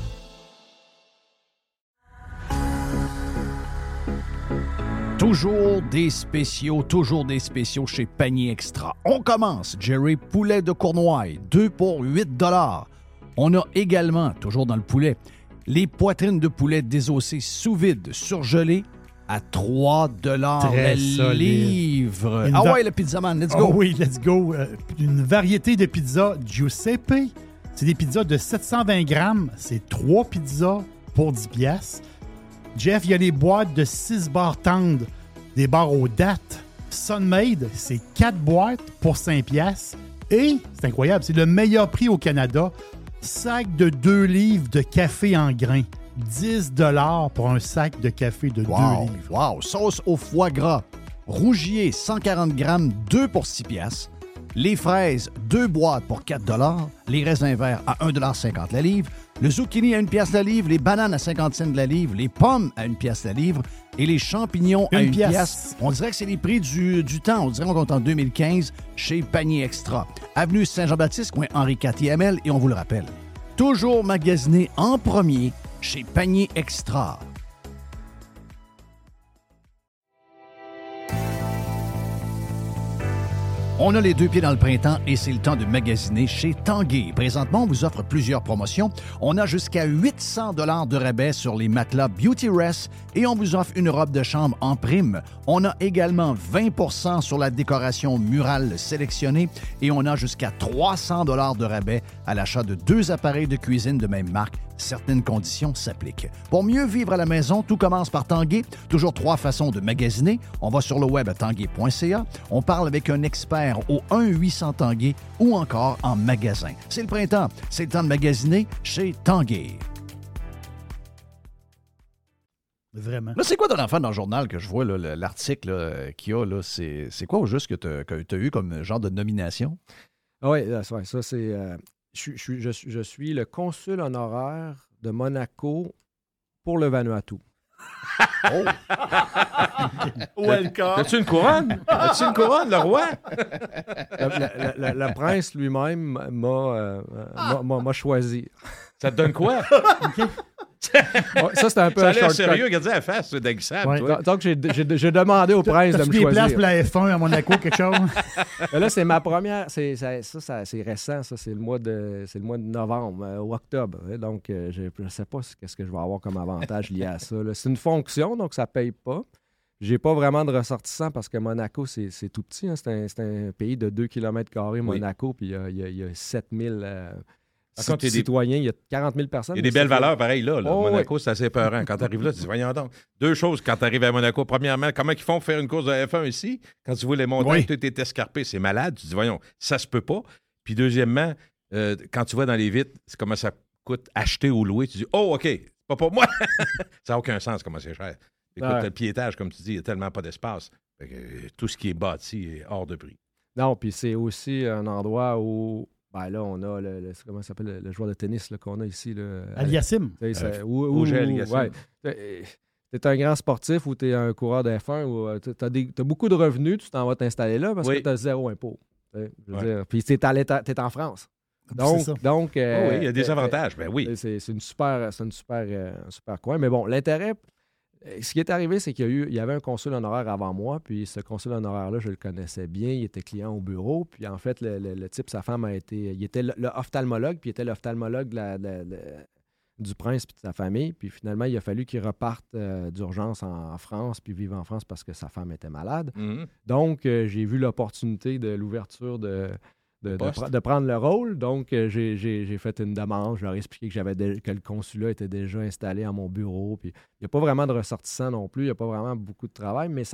Toujours des spéciaux chez Panier Extra. On commence, Jerry, poulet de Cournoye, 2 pour 8 $. On a également, toujours dans le poulet, les poitrines de poulet désossées sous vide, surgelées, à 3 $ Très le solide. livre. Une Ah va- ouais, le pizzaman, let's go. Oh oui, let's go. Une variété de pizzas Giuseppe. C'est des pizzas de 720 grammes. C'est 3 pizzas pour 10 piastres. Jeff, il y a les boîtes de 6 barres tendres, des barres aux dattes. Sunmade, c'est 4 boîtes pour 5 piastres. Et, c'est incroyable, c'est le meilleur prix au Canada. Sac de 2 livres de café en grains. 10 $ pour un sac de café de 2 livres. Wow! Sauce au foie gras. Rougier, 140 grammes, 2 pour 6 piastres. Les fraises, 2 boîtes pour 4 $. Les raisins verts à 1,50 $ la livre. Le zucchini à 1 piastre la livre. Les bananes à 50 cents la livre. Les pommes à 1 piastre la livre. Et les champignons à 1 piastre. On dirait que c'est les prix du temps. On dirait qu'on compte en 2015 chez Panier Extra. Avenue Saint-Jean-Baptiste, coin Henri IV et on vous le rappelle. Toujours magasiné en premier chez Panier Extra. On a les 2 pieds dans le printemps et c'est le temps de magasiner chez Tanguay. Présentement, on vous offre plusieurs promotions. On a jusqu'à 800 $ de rabais sur les matelas Beauty Rest et on vous offre une robe de chambre en prime. On a également 20 % sur la décoration murale sélectionnée et on a jusqu'à 300 $ de rabais à l'achat de 2 appareils de cuisine de même marque. Certaines conditions s'appliquent. Pour mieux vivre à la maison, tout commence par Tanguay. Toujours 3 façons de magasiner. On va sur le web à tanguay.ca. On parle avec un expert au 1-800-TANGUAY ou encore en magasin. C'est le printemps. C'est le temps de magasiner chez Tanguay. Vraiment. Là, c'est quoi ton enfant dans le journal que je vois, là, l'article là, qu'il y a? Là, c'est quoi au juste que tu as eu comme genre de nomination? Ah oui, ça c'est... Je suis le consul honoraire de Monaco pour le Vanuatu. Oh! Welcome! As-tu une couronne? As-tu une couronne, le roi? Le prince lui-même m'a choisi. Ça te donne quoi? Ouais, ça, c'est un peu Ça a un l'air shortcut. sérieux, regardez la face, c'est d'Aguissable, Ouais. toi. Donc, j'ai demandé au prince de T'as-tu me des places choisir. pour la F1 à Monaco, quelque chose? Mais là, c'est ma première. C'est récent, ça. C'est le mois de novembre ou octobre. Hein. Donc, je ne sais pas ce que je vais avoir comme avantage lié à ça. Là. C'est une fonction, donc ça ne paye pas. J'ai pas vraiment de ressortissants parce que Monaco, c'est tout petit. Hein. C'est un pays de 2 km², Monaco, puis il y a 7000 citoyens, il y a 40 000 personnes. Il y a des belles valeurs pareilles là. Monaco, c'est assez peurant. Quand tu arrives là, tu dis, voyons donc. Deux choses quand tu arrives à Monaco. Premièrement, comment ils font pour faire une course de F1 ici? Quand tu vois les montagnes, tout est escarpé, c'est malade. Tu dis, voyons, ça se peut pas. Puis deuxièmement, quand tu vas dans les vitres, c'est comment ça coûte acheter ou louer. Tu dis, oh, OK, c'est pas pour moi. Ça n'a aucun sens comment c'est cher. Écoute, le piétage, comme tu dis, il n'y a tellement pas d'espace. Tout ce qui est bâti est hors de prix. Non, puis c'est aussi un endroit où, ben là, on a comment ça s'appelle, le joueur de tennis là, qu'on a ici. Aliassime. Auger Aliassime. Ouais. Tu es un grand sportif ou tu es un coureur de F1 ou tu as beaucoup de revenus, tu t'en vas t'installer là parce que tu as zéro impôt. Je veux dire. Puis tu es en France. Donc oui, il y a des avantages. Ben oui. C'est un super coin. Mais bon, l'intérêt, ce qui est arrivé, c'est qu'il y avait un consul honoraire avant moi, puis ce consul honoraire-là, je le connaissais bien, il était client au bureau, puis en fait, le type, sa femme il était l'ophtalmologue, puis il était l'ophtalmologue du prince puis de sa famille, puis finalement, il a fallu qu'il reparte d'urgence en France, puis vive en France parce que sa femme était malade. Mm-hmm. Donc, j'ai vu l'opportunité de l'ouverture de prendre le rôle. Donc, j'ai fait une demande. Je leur ai expliqué que le consulat était déjà installé à mon bureau. Puis, il n'y a pas vraiment de ressortissants non plus. Il n'y a pas vraiment beaucoup de travail, mais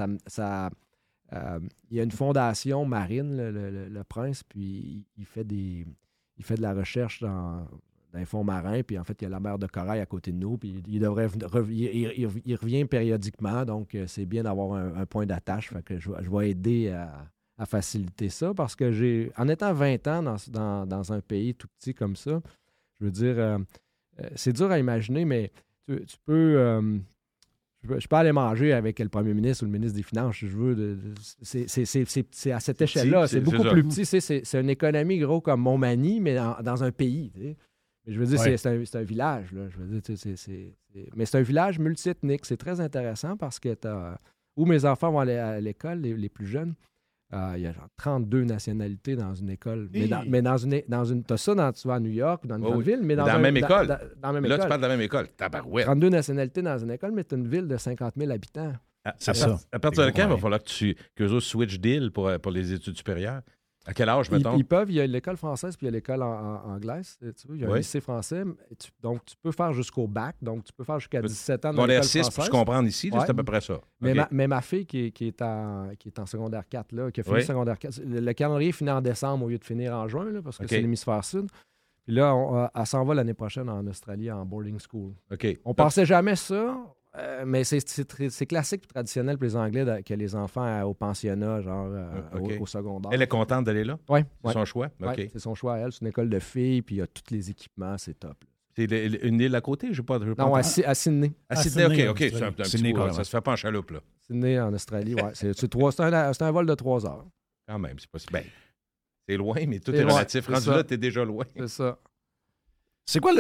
il y a une fondation marine, le prince, puis il fait de la recherche dans les fonds marins. Puis, en fait, il y a la mer de Corail à côté de nous. Puis, il revient périodiquement. Donc, c'est bien d'avoir un point d'attache. Fait que je vais aider à faciliter ça parce que en étant 20 ans dans un pays tout petit comme ça, je veux dire, c'est dur à imaginer, mais je peux aller manger avec le premier ministre ou le ministre des Finances, je veux. C'est à cette échelle-là. C'est beaucoup plus petit. C'est une économie gros comme Montmagny, mais dans un pays. Tu sais. Mais je veux dire, c'est un village. Là. Je veux dire, mais c'est un village multiethnique. C'est très intéressant parce que où mes enfants vont aller à l'école, les plus jeunes, il y a genre 32 nationalités dans une école. Mais dans une t'as ça tu vas à New York ou dans une grande ville, mais dans la même école. Dans la même là, école. tu parles de la même école. Tabarouette. 32 nationalités dans une école, mais tu as une ville de 50 000 habitants. C'est ça. À partir de quand il va falloir qu'eux autres switch deal pour les études supérieures? À quel âge, mettons? Ils peuvent. Il y a l'école française puis il y a l'école anglaise. Tu vois, il y a un lycée français. Donc, tu peux faire jusqu'au bac. Donc, tu peux faire jusqu'à 17 ans dans l'école française. pour se comprendre ici, c'est à peu près ça. Mais ma fille qui est en secondaire 4, là, qui a fini secondaire 4, le calendrier finit en décembre au lieu de finir en juin, là, parce que c'est l'hémisphère sud. Puis là, elle s'en va l'année prochaine en Australie en boarding school. On pensait jamais ça. Mais c'est classique et traditionnel pour les Anglais que les enfants au pensionnat, genre au secondaire. Elle est contente d'aller là? Oui. C'est son choix? Oui, c'est son choix à elle. C'est une école de filles, puis il y a tous les équipements, c'est top. C'est une île à côté? Non, à Sydney. À Sydney, OK. C'est un petit peu, ça se fait pas en chaloupe, là. Sydney, en Australie, oui. C'est un vol de 3 heures. Quand même, c'est pas si bien. C'est loin, mais tout est relatif. Rendu là, t'es déjà loin. C'est ça. C'est quoi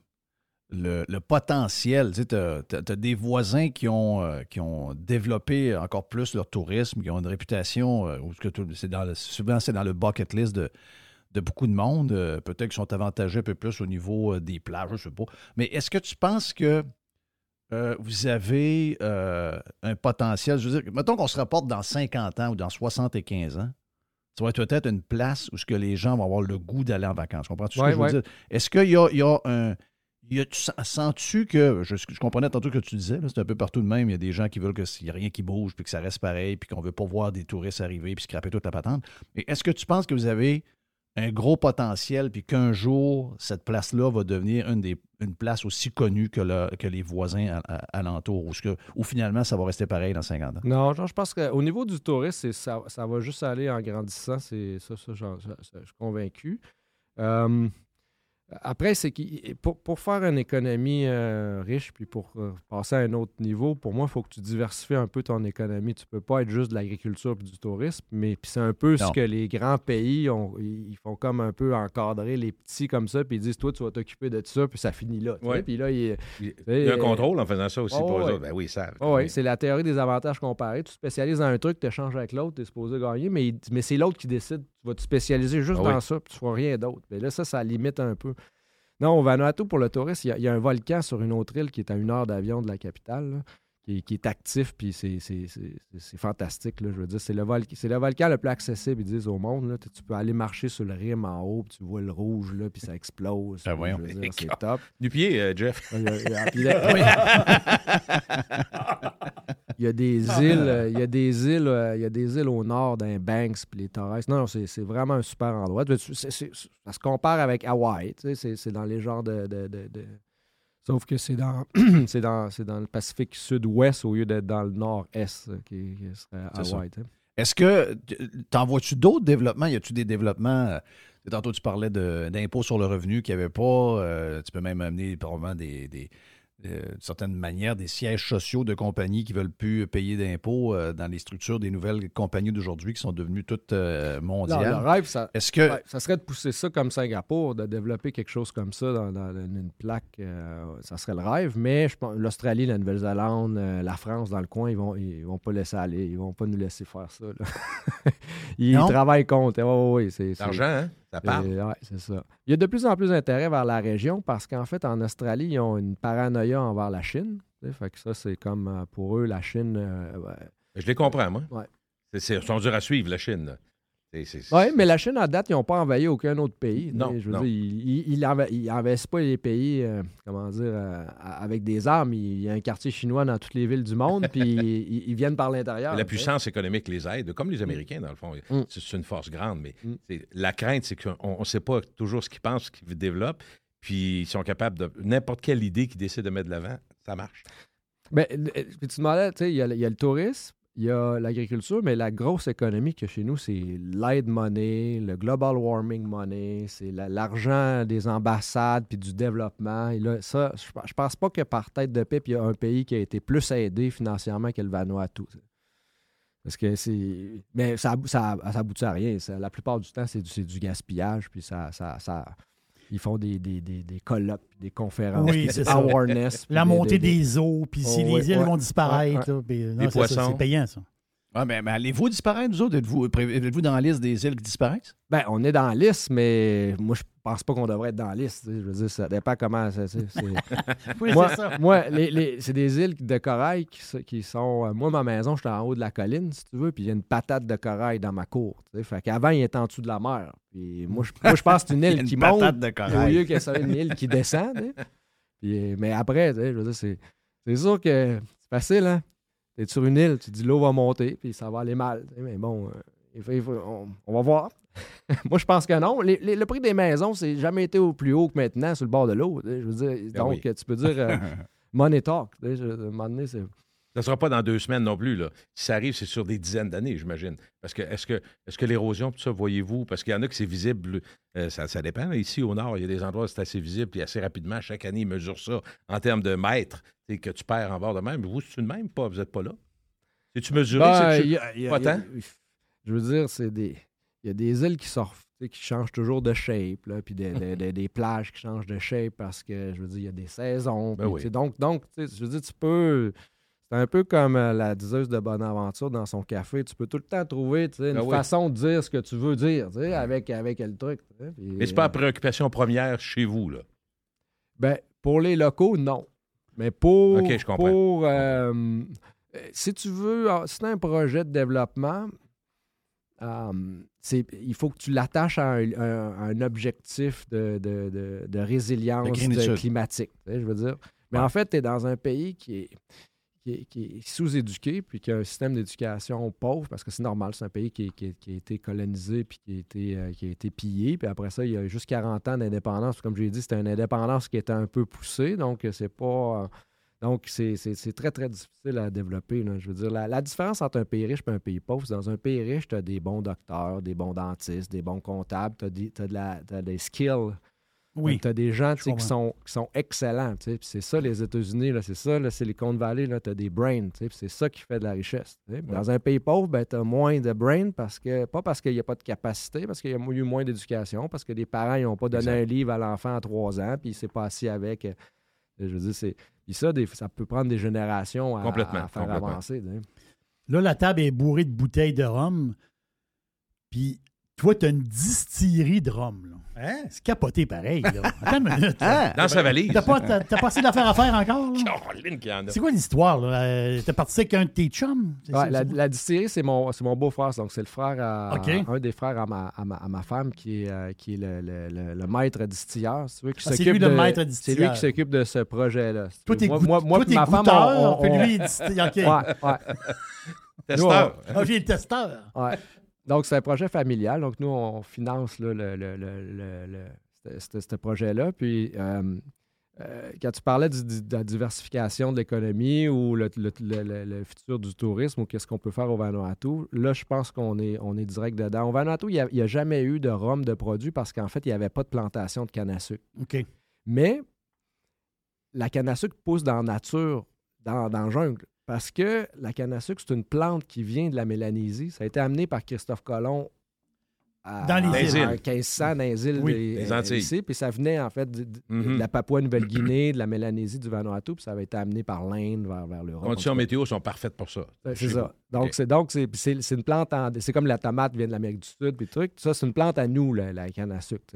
le potentiel? Tu as des voisins qui ont développé encore plus leur tourisme, qui ont une réputation, souvent c'est dans le bucket list de beaucoup de monde. Peut-être qu'ils sont avantagés un peu plus au niveau des plages, je ne sais pas. Mais est-ce que tu penses que vous avez un potentiel? Je veux dire, mettons qu'on se rapporte dans 50 ans ou dans 75 ans, ça va être peut-être une place où ce que les gens vont avoir le goût d'aller en vacances. Comprends-tu ce que je veux dire? Est-ce qu'il y a un... Sens-tu que, je comprenais tantôt que tu disais, là, c'est un peu partout de même, il y a des gens qui veulent qu'il n'y ait rien qui bouge, puis que ça reste pareil, puis qu'on ne veut pas voir des touristes arriver, puis scraper toute la patente. Mais est-ce que tu penses que vous avez un gros potentiel, puis qu'un jour, cette place-là va devenir une place aussi connue que les voisins alentours, ou finalement, ça va rester pareil dans 50 ans? Non, je pense qu'au niveau du tourisme, ça va juste aller en grandissant, je suis convaincu. Après, c'est que pour faire une économie riche puis pour passer à un autre niveau, pour moi, il faut que tu diversifies un peu ton économie. Tu ne peux pas être juste de l'agriculture et du tourisme, mais puis c'est un peu ce que les grands pays ils font comme un peu encadrer les petits comme ça, puis ils disent, toi, tu vas t'occuper de ça, puis ça finit là. Puis là, il y a un contrôle en faisant ça aussi pour eux autres. Ben oui, ça. Oui, c'est la théorie des avantages comparés. Tu spécialises dans un truc, tu échanges avec l'autre, tu es supposé gagner, mais c'est l'autre qui décide. Tu vas te spécialiser juste dans ça, puis tu ne feras rien d'autre. Mais là, ça limite un peu. Non, au Vanuatu, pour le tourisme, il y a un volcan sur une autre île qui est à 1 heure d'avion de la capitale, là, qui est actif, puis c'est fantastique, là, je veux dire. C'est le volcan le plus accessible, ils disent, au monde. Là. Tu peux aller marcher sur le rim en haut, puis tu vois le rouge, là, puis ça explose. Ben voyons. Je veux dire, c'est top. Du pied, Jeff. Il y a des îles au nord d'un Banks puis les Torres. Non, c'est vraiment un super endroit. Ça se compare avec Hawaï. C'est dans les genres de... Sauf que c'est dans le Pacifique sud-ouest au lieu d'être dans le nord-est qui serait Hawaï. Est-ce que t'en vois-tu d'autres développements? Y a-tu des développements? Tantôt, tu parlais d'impôts sur le revenu qu'il n'y avait pas. Tu peux même amener probablement d'une certaine manière, des sièges sociaux de compagnies qui ne veulent plus payer d'impôts dans les structures des nouvelles compagnies d'aujourd'hui qui sont devenues toutes mondiales. Non, le rêve, ça serait de pousser ça comme Singapour, de développer quelque chose comme ça dans une plaque. Ça serait le rêve, mais je pense l'Australie, la Nouvelle-Zélande, la France, dans le coin, ils vont pas laisser aller. Ils vont pas nous laisser faire ça. Là. Ils travaillent contre. Oui, c'est l'argent, hein? Ça parle. Oui, c'est ça. Il y a de plus en plus d'intérêt vers la région parce qu'en fait, en Australie, ils ont une paranoïa envers la Chine. Fait que ça, c'est comme pour eux, la Chine... Je les comprends, moi. Ouais. Ils sont durs à suivre, la Chine. Oui, mais la Chine, à date, ils n'ont pas envahi aucun autre pays. Non, je veux dire, ils n'envahissent pas les pays, avec des armes. Il y a un quartier chinois dans toutes les villes du monde, puis ils viennent par l'intérieur. La puissance économique les aide, comme les Américains, dans le fond. C'est une force grande, mais la crainte, c'est qu'on ne sait pas toujours ce qu'ils pensent, ce qu'ils développent, puis ils sont capables de... N'importe quelle idée qu'ils décident de mettre de l'avant, ça marche. Bien, tu demandais, tu sais, il y a le tourisme, il y a l'agriculture, mais la grosse économie que chez nous, c'est l'aide money, le global warming money, c'est l'argent des ambassades puis du développement. Et là, ça, je pense pas que par tête de pipe, il y a un pays qui a été plus aidé financièrement que le Vanuatu. Parce que c'est... Mais ça aboutit à rien. La plupart du temps, c'est du gaspillage, puis ça ils font des colloques, des conférences, des awareness. La montée des eaux, puis si les îles vont disparaître. Les poissons. C'est payant, ça. Ah, mais allez-vous disparaître, vous autres? Êtes-vous dans la liste des îles qui disparaissent? Bien, on est dans la liste, mais moi, je pense pas qu'on devrait être dans la liste. Je veux dire, ça dépend comment... Oui, moi, c'est ça. Moi, c'est des îles de corail qui sont... Moi, ma maison, je suis en haut de la colline, si tu veux, puis il y a une patate de corail dans ma cour. Fait qu'avant, il était en dessous de la mer. Puis moi, je pense que c'est une île qui monte au lieu que c'est une île qui descend. Puis, mais après, je veux dire, c'est sûr que c'est facile, hein? T'es sur une île, tu dis l'eau va monter, puis ça va aller mal. Mais bon, on va voir. Moi, je pense que non. Le prix des maisons, c'est jamais été au plus haut que maintenant sur le bord de l'eau. Je veux dire, donc, tu peux dire money talk. À un moment donné, c'est... Ça ne sera pas dans 2 semaines non plus. Là. Si ça arrive, c'est sur des dizaines d'années, j'imagine. Parce que est-ce que l'érosion, tout ça, voyez-vous? Parce qu'il y en a que c'est visible. Ça dépend. Ici, au nord, il y a des endroits où c'est assez visible. Puis assez rapidement, chaque année, ils mesurent ça en termes de mètres que tu perds en bord de mer. Mais vous, c'est de même pas? Vous n'êtes pas là? C'est-tu mesuré? Pas tant? Je veux dire, il y a des îles qui sortent, qui changent toujours de shape, là, puis des plages qui changent de shape parce que, je veux dire, il y a des saisons. Ben oui. Donc, je veux dire, tu peux... C'est un peu comme la diseuse de Bonaventure dans son café. Tu peux tout le temps trouver une façon de dire ce que tu veux dire avec le truc. Puis, mais c'est pas la préoccupation première chez vous, là? Ben, pour les locaux, non. Mais pour... OK, je comprends. Si tu veux... Si tu as un projet de développement, il faut que tu l'attaches à un objectif de résilience climatique. Je veux dire. Mais en fait, tu es dans un pays qui est sous-éduqué, puis qui a un système d'éducation pauvre, parce que c'est normal, c'est un pays qui a été colonisé, puis qui a été pillé, puis après ça, il y a juste 40 ans d'indépendance. Comme j'ai dit, c'était une indépendance qui était un peu poussée, donc c'est pas... Donc, c'est très, très difficile à développer. Là. Je veux dire, la différence entre un pays riche et un pays pauvre, c'est dans un pays riche, tu as des bons docteurs, des bons dentistes, des bons comptables, tu as des skills. Oui. Tu as des gens qui sont excellents. Puis c'est ça, les États-Unis, là, c'est ça, la Silicon Valley, tu as des brains. Puis c'est ça qui fait de la richesse. Dans un pays pauvre, ben, tu as moins de brains, pas parce qu'il n'y a pas de capacité, parce qu'il y a eu moins d'éducation, parce que les parents n'ont pas donné un livre à l'enfant à 3 ans, puis il ne s'est pas assis avec. Je veux dire, puis ça peut prendre des générations à faire avancer. Là, la table est bourrée de bouteilles de rhum, puis Toi, tu as une distillerie de rhum. Là. Hein? C'est capoté pareil. Là. Attends une minute. Là. Dans sa valise. T'as pas assez d'affaires à faire encore? Là? Caroline qui en a. C'est quoi l'histoire? Là? T'es parti avec un de tes chums? Ouais, la distillerie, c'est mon beau-frère. Donc, c'est le frère OK. un des frères à ma femme qui est le maître distilleur. Si tu veux, c'est lui le maître C'est distilleur. lui qui s'occupe de ce projet-là. Toi, t'es moi, t'es ma femme, goûteur, puis lui, il est distilleur. OK. Ouais. Testeur. Ah, j'ai le testeur. Ouais. Donc, c'est un projet familial. Donc, nous, on finance là, ce projet-là. Puis, quand tu parlais de la diversification de l'économie ou le futur du tourisme ou qu'est-ce qu'on peut faire au Vanuatu, là, je pense qu'on est direct dedans. Au Vanuatu, il n'y a jamais eu de rhum de produit parce qu'en fait, il n'y avait pas de plantation de canne à sucre. OK. Mais la canne à sucre pousse dans la nature, dans la jungle. Parce que la canne à sucre, c'est une plante qui vient de la Mélanésie. Ça a été amené par Christophe Colomb Dans les îles. en 1500 dans les îles des Antilles. ici. Puis ça venait en fait de la Papouasie-Nouvelle-Guinée, de la Mélanésie, du Vanuatu. Puis ça avait été amené par l'Inde vers l'Europe. Les conditions météo sont parfaites pour ça. C'est ça. Donc, c'est une plante, c'est comme la tomate vient de l'Amérique du Sud, puis truc. Ça, c'est une plante à nous, la canne à sucre.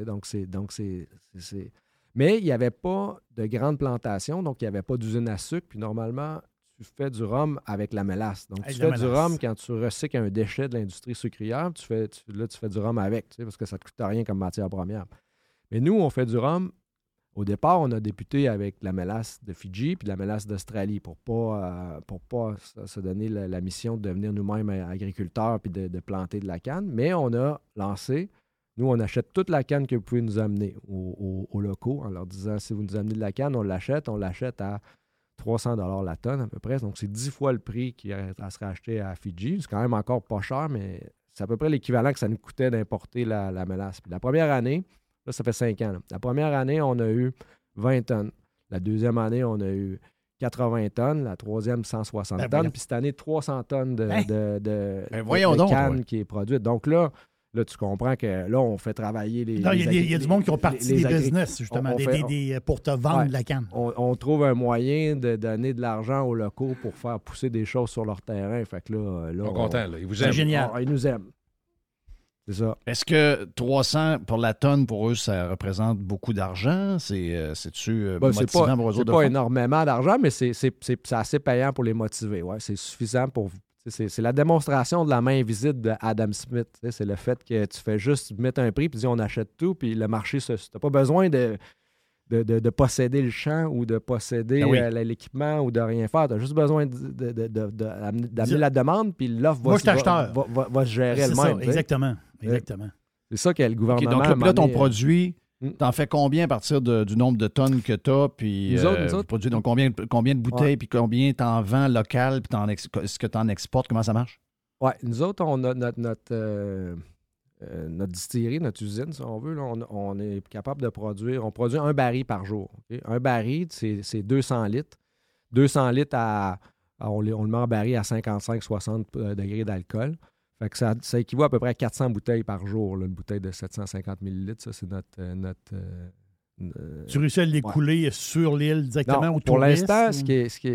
Mais il n'y avait pas de grande plantation, donc il n'y avait pas d'usine à sucre. Puis normalement, tu fais du rhum avec la mélasse. Donc, tu fais du rhum quand tu recycles un déchet de l'industrie sucrière, tu fais du rhum avec, parce que ça ne te coûte rien comme matière première. Mais nous, on fait du rhum. Au départ, on a débuté avec la mélasse de Fidji puis la mélasse d'Australie pour pas se donner la mission de devenir nous-mêmes agriculteurs puis de planter de la canne. Mais on a lancé, nous, on achète toute la canne que vous pouvez nous amener aux locaux en leur disant, si vous nous amenez de la canne, on l'achète à 300 $ la tonne à peu près. Donc, c'est 10 fois le prix qui serait acheté à Fidji. C'est quand même encore pas cher, mais c'est à peu près l'équivalent que ça nous coûtait d'importer la mélasse. Puis la première année, là, ça fait 5 ans. Là. La première année, on a eu 20 tonnes. La deuxième année, on a eu 80 tonnes. La troisième, 160 tonnes. Puis cette année, 300 tonnes de canne qui est produite. Donc là, tu comprends que là, on fait travailler les... Non, il y a du monde qui ont parti des business, justement, pour te vendre la canne. On trouve un moyen de donner de l'argent aux locaux pour faire pousser des choses sur leur terrain. Fait que là ils sont contents, là. Ils vous aiment. C'est génial. Ils nous aiment. C'est ça. Est-ce que 300 pour la tonne, pour eux, ça représente beaucoup d'argent? C'est-tu motivant pour eux autres? C'est pas énormément d'argent, mais c'est assez payant pour les motiver. Ouais, c'est suffisant pour... C'est la démonstration de la main invisible d'Adam Smith. C'est le fait que tu fais juste mettre un prix puis on achète tout, puis le marché, tu n'as pas besoin de posséder le champ ou de posséder l'équipement ou de rien faire. Tu as juste besoin d'amener la demande, puis l'offre va se gérer elle-même. Exactement. C'est ça que le gouvernement... Okay, donc là, ton produit... T'en fais combien à partir du nombre de tonnes que tu as? Puis, nous autres? Produis, donc combien de bouteilles, puis combien t'en vends local, puis est-ce que tu en exportes? Comment ça marche? Oui, nous autres, on a notre distillerie, notre usine, si on veut. Là, on est capable de produire... On produit un baril par jour. Okay? Un baril, c'est 200 litres. 200 litres, on le met en baril à 55-60 degrés d'alcool. Fait que ça équivaut à peu près à 400 bouteilles par jour. Là, une bouteille de 750 ml, ça, c'est notre tu réussis à l'écouler sur l'île directement au tourisme? Pour l'instant, ce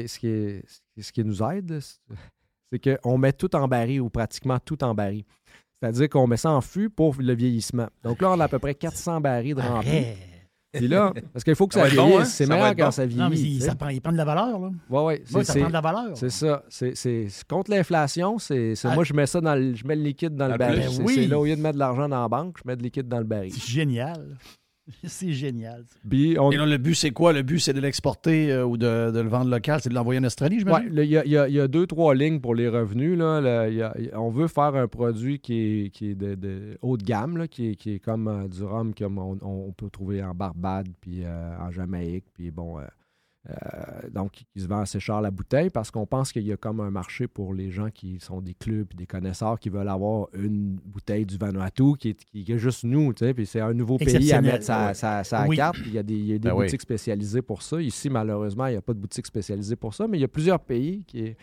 qui nous aide, c'est qu'on met tout en baril ou pratiquement tout en baril. C'est-à-dire qu'on met ça en fût pour le vieillissement. Donc là, on a à peu près 400 barils de remplis. Puis là, parce qu'il faut que ça vieillisse. C'est meilleur quand ça vieillit. Non, mais il prend de la valeur, là. Oui. Ça prend de la valeur. C'est ça. C'est contre l'inflation, moi, je mets ça je mets le liquide dans le baril. C'est là, au lieu de mettre de l'argent dans la banque, je mets de liquide dans le baril. C'est génial. C'est génial. Et là, le but, c'est quoi? Le but, c'est de l'exporter ou de le vendre local? C'est de l'envoyer en Australie, j'imagine? Oui, il y a 2-3 lignes pour les revenus. Là. On veut faire un produit qui est de haut de gamme, là, qui est comme du rhum comme on peut trouver en Barbade puis en Jamaïque. Puis bon, donc, qui se vend assez cher la bouteille parce qu'on pense qu'il y a comme un marché pour les gens qui sont des clubs et des connaisseurs qui veulent avoir une bouteille du Vanuatu qui est juste nous, tu sais, puis c'est un nouveau pays à mettre sa carte. Il y a des boutiques spécialisées pour ça. Ici, malheureusement, il n'y a pas de boutique spécialisée pour ça, mais il y a plusieurs pays qui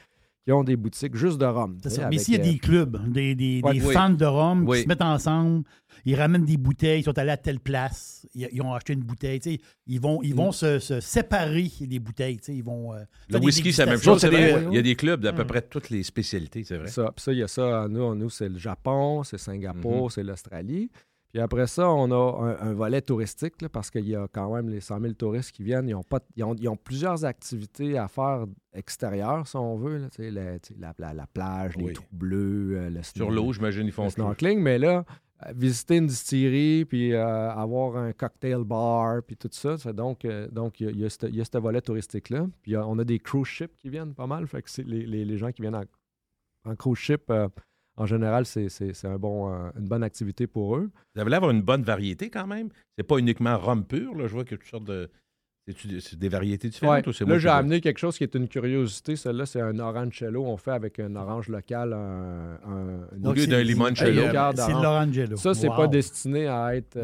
qui ont des boutiques juste de rhum. C'est ça. Mais s'il y a des clubs, des fans de rhum qui se mettent ensemble, ils ramènent des bouteilles, ils sont allés à telle place, ils ont acheté une bouteille. Ils vont se séparer des bouteilles. Ils vont, le whisky, c'est la même chose. Il y a des clubs d'à peu près toutes les spécialités, c'est vrai. Ça, puis ça, il y a ça, nous c'est le Japon, c'est Singapour, c'est l'Australie. Puis après ça, on a un volet touristique, là, parce qu'il y a quand même les 100 000 touristes qui viennent. Ils ont plusieurs activités à faire extérieures, si on veut. Là, la plage, les trous bleus, sur l'eau, j'imagine, ils font le snorkeling. Mais là, visiter une distillerie, puis avoir un cocktail bar, puis tout ça. Donc, il y a ce volet touristique-là. Puis on a des cruise ships qui viennent pas mal. Fait que c'est les gens qui viennent en cruise ship... en général, c'est une bonne activité pour eux. Vous avez l'air d'avoir une bonne variété quand même. C'est pas uniquement rhum pur. Là. Je vois qu'il y a toutes sortes de... C'est des variétés différentes? Ou c'est là, j'ai amené quelque chose qui est une curiosité. Celle-là, c'est un orangello. On fait avec un orange local au lieu d'un limoncello. C'est l'orangello. Ça, c'est pas destiné à être,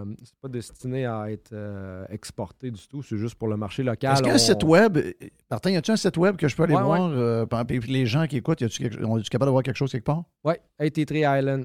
exporté du tout. C'est juste pour le marché local. Est-ce qu'il y a un site web? Martin, y a-tu un site web que je peux aller voir? Puis les gens qui écoutent, on est capable de voir quelque chose quelque part? Oui, 83 Island.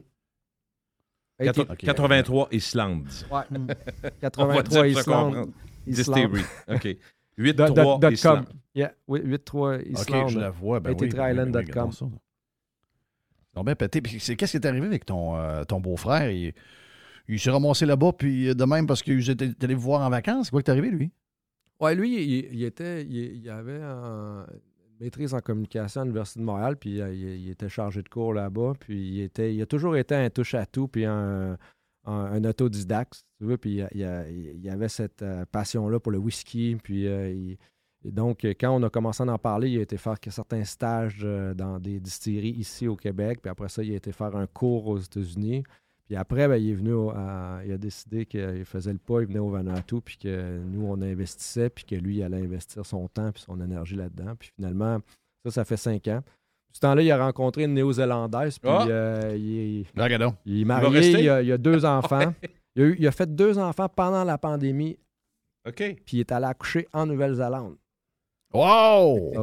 83 Islande. Oui, 83 Islande. Distillery. OK. 83 Islande. Yeah, 83 Islande. OK, je la vois. Ben 83island.com. Ils ont bien pété. Puis qu'est-ce qui est arrivé avec ton beau-frère? Il s'est ramassé là-bas, puis de même parce qu'il était allé vous voir en vacances. C'est quoi qui est arrivé, lui? Oui, lui, il avait une maîtrise en communication à l'Université de Montréal, puis il était chargé de cours là-bas, puis il a toujours été un touche-à-tout, puis un autodidacte, si tu veux, puis il avait cette passion-là pour le whisky, puis donc, quand on a commencé à en parler, il a été faire certains stages dans des distilleries ici au Québec, puis après ça, il a été faire un cours aux États-Unis. Puis après, il est venu, il a décidé qu'il faisait le pas, il venait au Vanuatu, puis que nous, on investissait, puis que lui, il allait investir son temps puis son énergie là-dedans. Puis finalement, ça fait 5 ans. Ce temps-là, il a rencontré une Néo-Zélandaise, puis il est marié, il a 2 enfants. Il a fait 2 enfants pendant la pandémie. OK. Puis il est allé accoucher en Nouvelle-Zélande. Wow!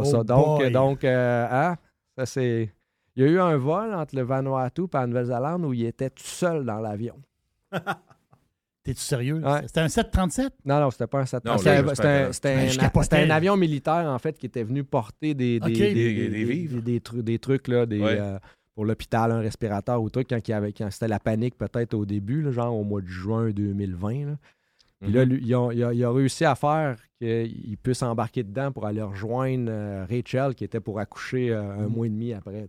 Ça c'est... Il y a eu un vol entre le Vanuatu et la Nouvelle-Zélande où il était tout seul dans l'avion. T'es-tu sérieux? Ouais. C'était un 737? Non, c'était pas un 737. C'était un avion militaire, en fait, qui était venu porter des trucs, là, pour l'hôpital, un respirateur ou truc, quand c'était la panique peut-être au début, là, genre au mois de juin 2020. Là. Puis là, il a réussi à faire qu'il puisse embarquer dedans pour aller rejoindre Rachel, qui était pour accoucher un mois et demi après.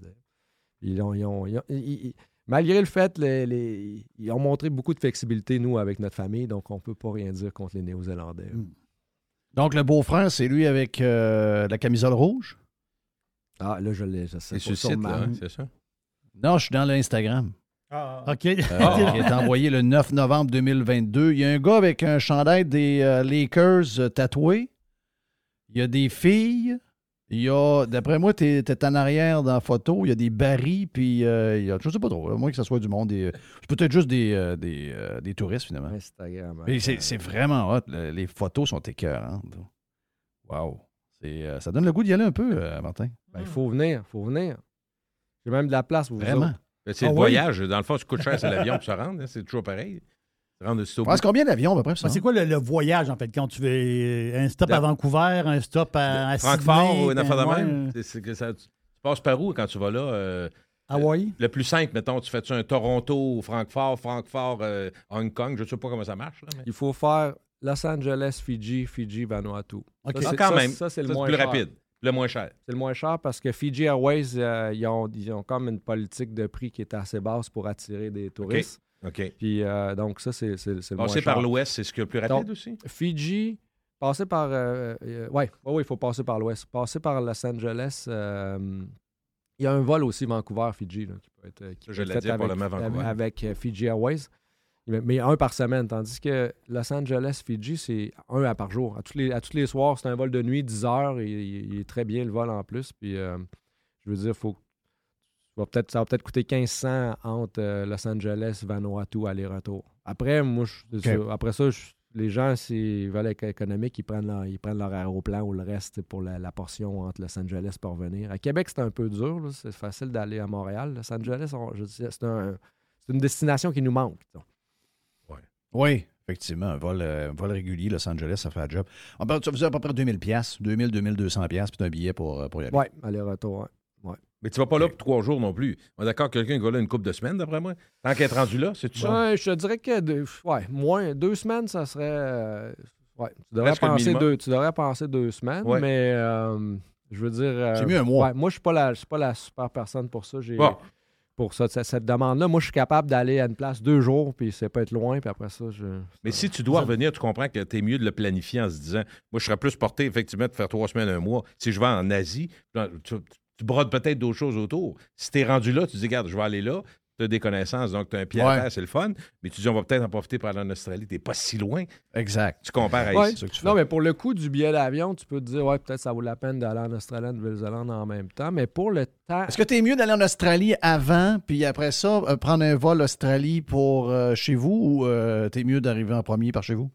Malgré le fait, ils ont montré beaucoup de flexibilité, nous, avec notre famille, donc on ne peut pas rien dire contre les Néo-Zélandais. Donc, le beau-frère, c'est lui avec la camisole rouge? Ah, là, je sais. C'est sur le site, là, c'est ça? Non, je suis dans l'Instagram. OK. Qui est envoyé le 9 novembre 2022. Il y a un gars avec un chandail des Lakers tatoué. Il y a des filles. Il y a, d'après moi, t'es en arrière dans la photo. Il y a des barils, puis il y a, je sais pas trop, à moins que ce soit du monde. C'est peut-être juste des touristes, finalement. Instagram. Mais c'est vraiment hot. Les photos sont écœurantes. Wow. Ça donne le goût d'y aller un peu, Martin. Il faut venir. J'ai même de la place pour vous Vraiment. autres. C'est le voyage. Dans le fond, ça coûte cher, c'est l'avion pour se rendre. Hein, c'est toujours pareil. C'est combien d'avions, à peu près? C'est quoi le voyage, en fait, quand tu veux un stop à Vancouver, un stop à Francfort Sydney, ou une affaire de même? Tu passes par où quand tu vas là? Hawaï? Le plus simple, mettons, tu fais-tu un Toronto, Francfort, Hong Kong? Je ne sais pas comment ça marche. Là, mais... Il faut faire Los Angeles, Fiji, Vanuatu. Okay. Ça, quand même. Ça, c'est le plus moins cher. rapide. Le moins cher. C'est le moins cher parce que Fiji Airways, ils ont comme une politique de prix qui est assez basse pour attirer des touristes. OK. Puis donc, ça, c'est le moins cher. Passer par l'ouest, c'est ce qui est le plus rapide aussi? Fiji, passer par... oui, il faut passer par l'ouest. Passer par Los Angeles, il y a un vol aussi Vancouver-Fiji qui peut être fait avec Fiji Airways. Mais un par semaine, tandis que Los Angeles-Fiji, c'est un par jour. À tous les soirs, c'est un vol de nuit, 10 heures, et il est très bien le vol en plus. Puis, je veux dire, ça va peut-être coûter 1500 entre Los Angeles, Vanuatu, aller-retour. Après, moi, après ça, les gens, s'ils veulent être économiques, ils prennent leur aéroplan ou le reste pour la portion entre Los Angeles pour revenir. À Québec, c'est un peu dur. Là. C'est facile d'aller à Montréal. Los Angeles, c'est une destination qui nous manque. Oui, effectivement. Un vol régulier, Los Angeles, ça fait un job. Ça faisait à peu près 2000$, 2200$, puis un billet pour y aller. Oui, aller-retour. Ouais. Mais tu vas pas là pour 3 jours non plus. On est d'accord que quelqu'un va là une couple de semaines, d'après moi? Tant qu'être rendu là, c'est tout ça? Ouais, je te dirais que moins 2 semaines, ça serait... tu devrais penser 2 semaines, mais je veux dire... c'est mieux un mois. Ouais, moi, je suis pas la super personne pour ça. Pour ça, cette demande-là, moi, je suis capable d'aller à une place 2 jours, puis ça peut être loin, puis après ça, Mais si tu dois revenir, tu comprends que tu es mieux de le planifier en se disant, moi, je serais plus porté, effectivement, de faire 3 semaines, 1 mois. Si je vais en Asie, tu brodes peut-être d'autres choses autour. Si tu es rendu là, tu te dis, regarde, je vais aller là, tu as des connaissances, donc tu as un pied à terre, c'est le fun, mais tu dis, on va peut-être en profiter pour aller en Australie, tu n'es pas si loin. Exact. Tu compares à ici. C'est ça que tu fais. Non, mais pour le coût du billet d'avion, tu peux te dire, peut-être ça vaut la peine d'aller en Australie, en Nouvelle-Zélande en même temps, mais pour le temps... Est-ce que tu es mieux d'aller en Australie avant, puis après ça, prendre un vol Australie pour chez vous, ou tu es mieux d'arriver en premier par chez vous?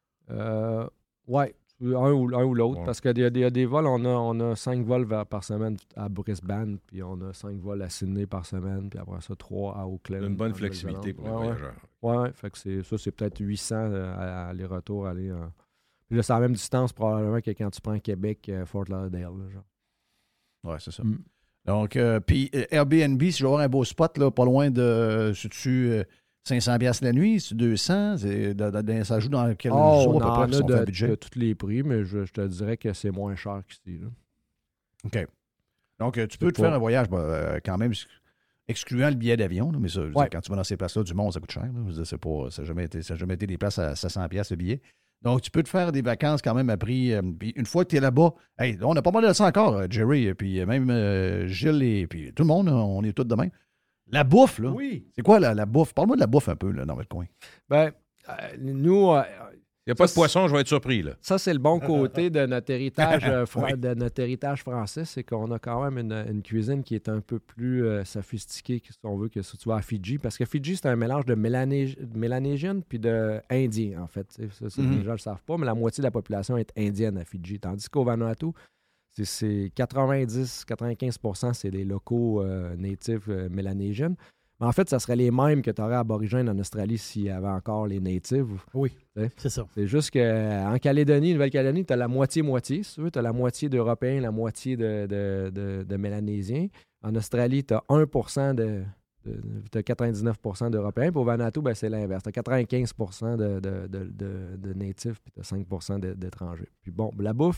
Oui. Un ou l'autre, parce qu'il y a des vols, on a 5 vols par semaine à Brisbane, puis on a 5 vols à Sydney par semaine, puis après ça, 3 à Auckland. Une bonne flexibilité pour les voyageurs. Oui, fait que c'est peut-être 800 aller-retour. Puis là, c'est la même distance probablement que quand tu prends Québec, Fort Lauderdale. Oui, c'est ça. Donc, puis Airbnb, si je veux avoir un beau spot, là, pas loin de... suis-tu 500$ la nuit, c'est 200, ça joue dans quel jour à peu près on son a budget? de tous les prix, mais je te dirais que c'est moins cher qu'ici. Là. OK. Donc, tu peux te faire un voyage quand même, excluant le billet d'avion, là, mais ça, quand tu vas dans ces places-là, du monde, ça coûte cher. Là. Ça n'a jamais été des places à 700$ le billet. Donc, tu peux te faire des vacances quand même à prix. Puis une fois que tu es là-bas, hey, on n'a pas mal de ça encore, Jerry, puis même Gilles et puis tout le monde, on est tous de même. La bouffe, là. Oui. C'est quoi la bouffe? Parle-moi de la bouffe un peu, là, dans votre coin. Ben, nous... Il n'y a pas de poisson, je vais être surpris, là. Ça, c'est le bon côté de notre héritage, de notre héritage français, c'est qu'on a quand même une cuisine qui est un peu plus sophistiquée, si on veut, que si tu vas à Fidji. Parce que Fidji, c'est un mélange de mélanésien puis d'Indien, en fait. Ça, les gens ne le savent pas, mais la moitié de la population est indienne à Fidji. Tandis qu'au Vanuatu, c'est 90-95%, c'est des locaux natifs mélanésiens. Mais en fait, ça serait les mêmes que tu aurais aborigènes en Australie s'il y avait encore les natives. Oui, c'est ça. C'est juste qu'en Calédonie, Nouvelle-Calédonie, tu as la moitié-moitié. Si tu veux, tu as la moitié d'Européens, la moitié de Mélanésiens. En Australie, tu as 1% tu as 99% d'Européens. Puis au Vanuatu, c'est l'inverse. Tu as 95% de natifs, puis tu as 5% d'étrangers. Puis bon, la bouffe...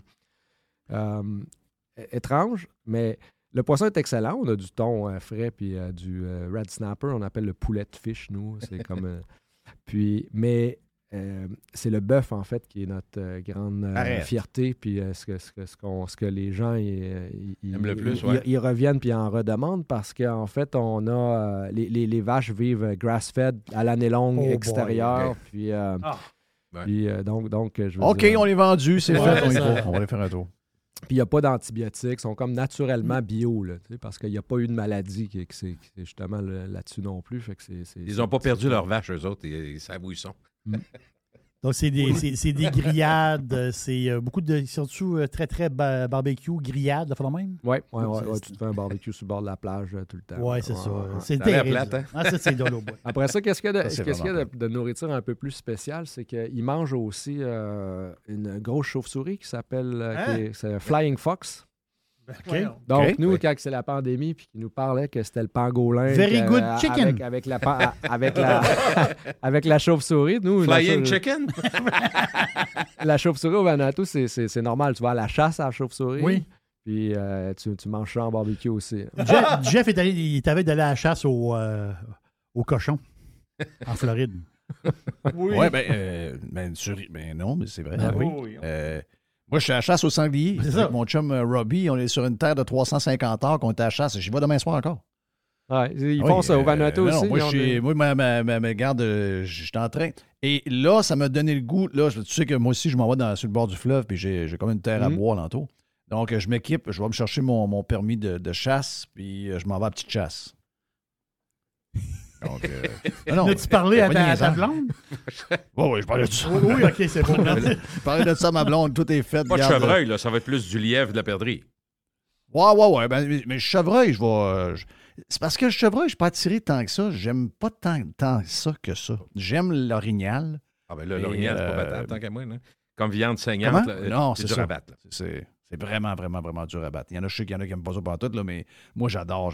étrange, mais le poisson est excellent. On a du thon frais puis du red snapper. On appelle le poulet de fish, nous. C'est comme... mais c'est le bœuf, en fait, qui est notre grande fierté. Puis ce que les gens aiment le plus, ils reviennent puis en redemandent parce qu'en fait, on a... les vaches vivent grass-fed à l'année longue extérieure. Puis... Puis, donc, je veux OK, dire, on est vendu, c'est fait, on va aller faire un tour. Puis il n'y a pas d'antibiotiques, ils sont comme naturellement bio, là, parce qu'il n'y a pas eu de maladie qui est justement là-dessus non plus. Fait que ils n'ont pas perdu leur vache, eux autres, ils savent où ils sont. Donc, c'est des grillades, c'est beaucoup de... Surtout très, très barbecue, grillades, la fois de même? Oui, tu te fais un barbecue sur le bord de la plage tout le temps. Oui, c'est ça. C'est terrible. plate, hein? Ah, ça, c'est de l'eau. Après ça, qu'est-ce qu'il y a de nourriture un peu plus spéciale? C'est qu'ils mangent aussi une grosse chauve-souris qui s'appelle c'est Flying Fox. Okay. Donc, nous, quand c'est la pandémie, puis qu'ils nous parlaient que c'était le pangolin. Very good chicken. Avec la chauve-souris. Nous, Flying chicken? La chauve-souris au Vanuatu, c'est normal. Tu vas à la chasse à la chauve-souris. Oui. Puis tu manges ça en barbecue aussi. Jeff il t'avait d'aller à la chasse au cochon en Floride. Oui, non, mais c'est vrai. Ah, oui. Moi, je suis à la chasse au sanglier. C'est ça. Avec mon chum Robbie, on est sur une terre de 350 heures qu'on est à la chasse. J'y vais demain soir encore. Ouais, ils font ça au Vanuatu aussi. Regarde, je suis en train. Et là, ça m'a donné le goût. Là, tu sais que moi aussi, je m'en vais sur le bord du fleuve, puis j'ai comme une terre à bois alentour. Donc, je m'équipe, je vais me chercher mon permis de chasse, puis je m'en vais à la petite chasse. Donc, As-tu parlé à ta blonde? Oui, je parlais de ça. Oui, OK, c'est bon. Je parlais de ça à ma blonde, tout est fait. Pas de chevreuil, là, ça va être plus du lièvre de la perdrix. Ouais. Mais chevreuil, c'est parce que le chevreuil, je ne suis pas attiré tant que ça. J'aime pas tant ça que ça. J'aime l'orignal. Ah ben là, l'orignal, c'est pas battable, tant qu'à moi. Là. Comme viande saignante, là, non, c'est dur à battre. C'est vraiment, vraiment, vraiment dur à battre. Il y en a, je sais qu'il y en a qui n'aiment pas ça pendant tout, là, mais moi, j'adore.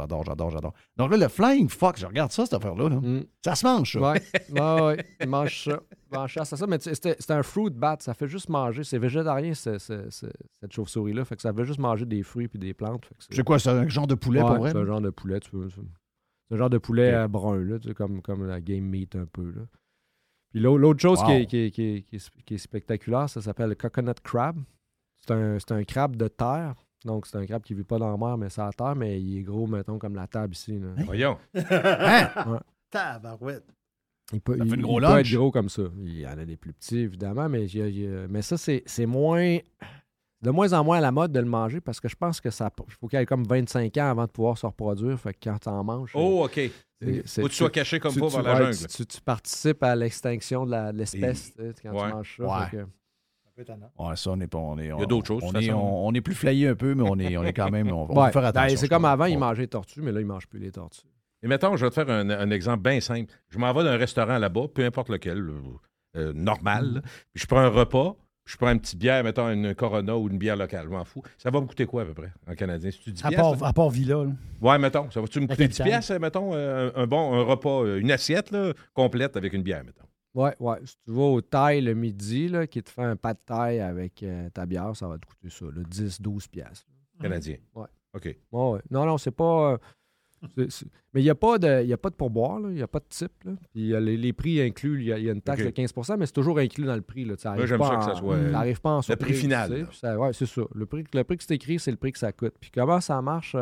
Donc là, le Flying Fox, je regarde ça, cette affaire-là. Là. Ça se mange, ça. Oui, il mange ça. Il mange ça, c'est ça. Mais c'est un fruit bat. Ça fait juste manger. C'est végétarien, cette chauve-souris-là. Fait que ça fait juste manger des fruits et des plantes. C'est quoi, c'est un genre de poulet pour vrai? C'est un genre de poulet, tu veux. C'est un genre de poulet brun, là, tu sais, comme la game meat un peu. Là. Puis l'autre chose qui est spectaculaire, ça s'appelle le coconut crab. C'est un crabe de terre. Donc, c'est un crabe qui ne vit pas dans la mer, mais c'est à terre, mais il est gros, mettons, comme la table ici. Là. Voyons. Hein? Tabarouette. Il peut être gros comme ça. Il y en a des plus petits, évidemment, mais ça, c'est moins... De moins en moins à la mode de le manger parce que je pense que il faut qu'il y ait comme 25 ans avant de pouvoir se reproduire. Fait que quand tu en manges... Oh, OK. Faut que tu sois caché comme pas vers la jungle. Tu participes à l'extinction de l'espèce quand tu manges ça. Ouais. Fait que... Ouais, ça, on est pas. Il y a d'autres choses. On est plus flayé un peu, mais on est quand même. On va faire attention. C'est comme avant, ils mangeaient les tortues, mais là, ils ne mangent plus les tortues. Et mettons, je vais te faire un exemple bien simple. Je m'en vais d'un restaurant là-bas, peu importe lequel, normal, puis je prends un repas, je prends une petite bière, mettons une Corona ou une bière locale, je m'en fous. Ça va me coûter quoi à peu près en canadien? Si tu dis à part Villa. Là. Ouais, mettons. Ça va-tu me coûter 10 piastres, mettons, un repas, une assiette là, complète avec une bière, mettons? Ouais. Si tu vas au Thaï le midi, là, qui te fait un pas de Thaï avec ta bière, ça va te coûter ça, 10-12 piastres. Canadien? Ouais. OK. Ouais. Non, c'est pas... Mais il n'y a pas de pourboire, il n'y a pas de type. Là. Puis les prix inclus, il y a une taxe de 15 mais c'est toujours inclus dans le prix. Là. Moi, j'aime ça que ça soit... Ça n'arrive pas en surprise. Le prix final. Oui, c'est ça. Le prix que c'est écrit, c'est le prix que ça coûte. Puis comment ça marche,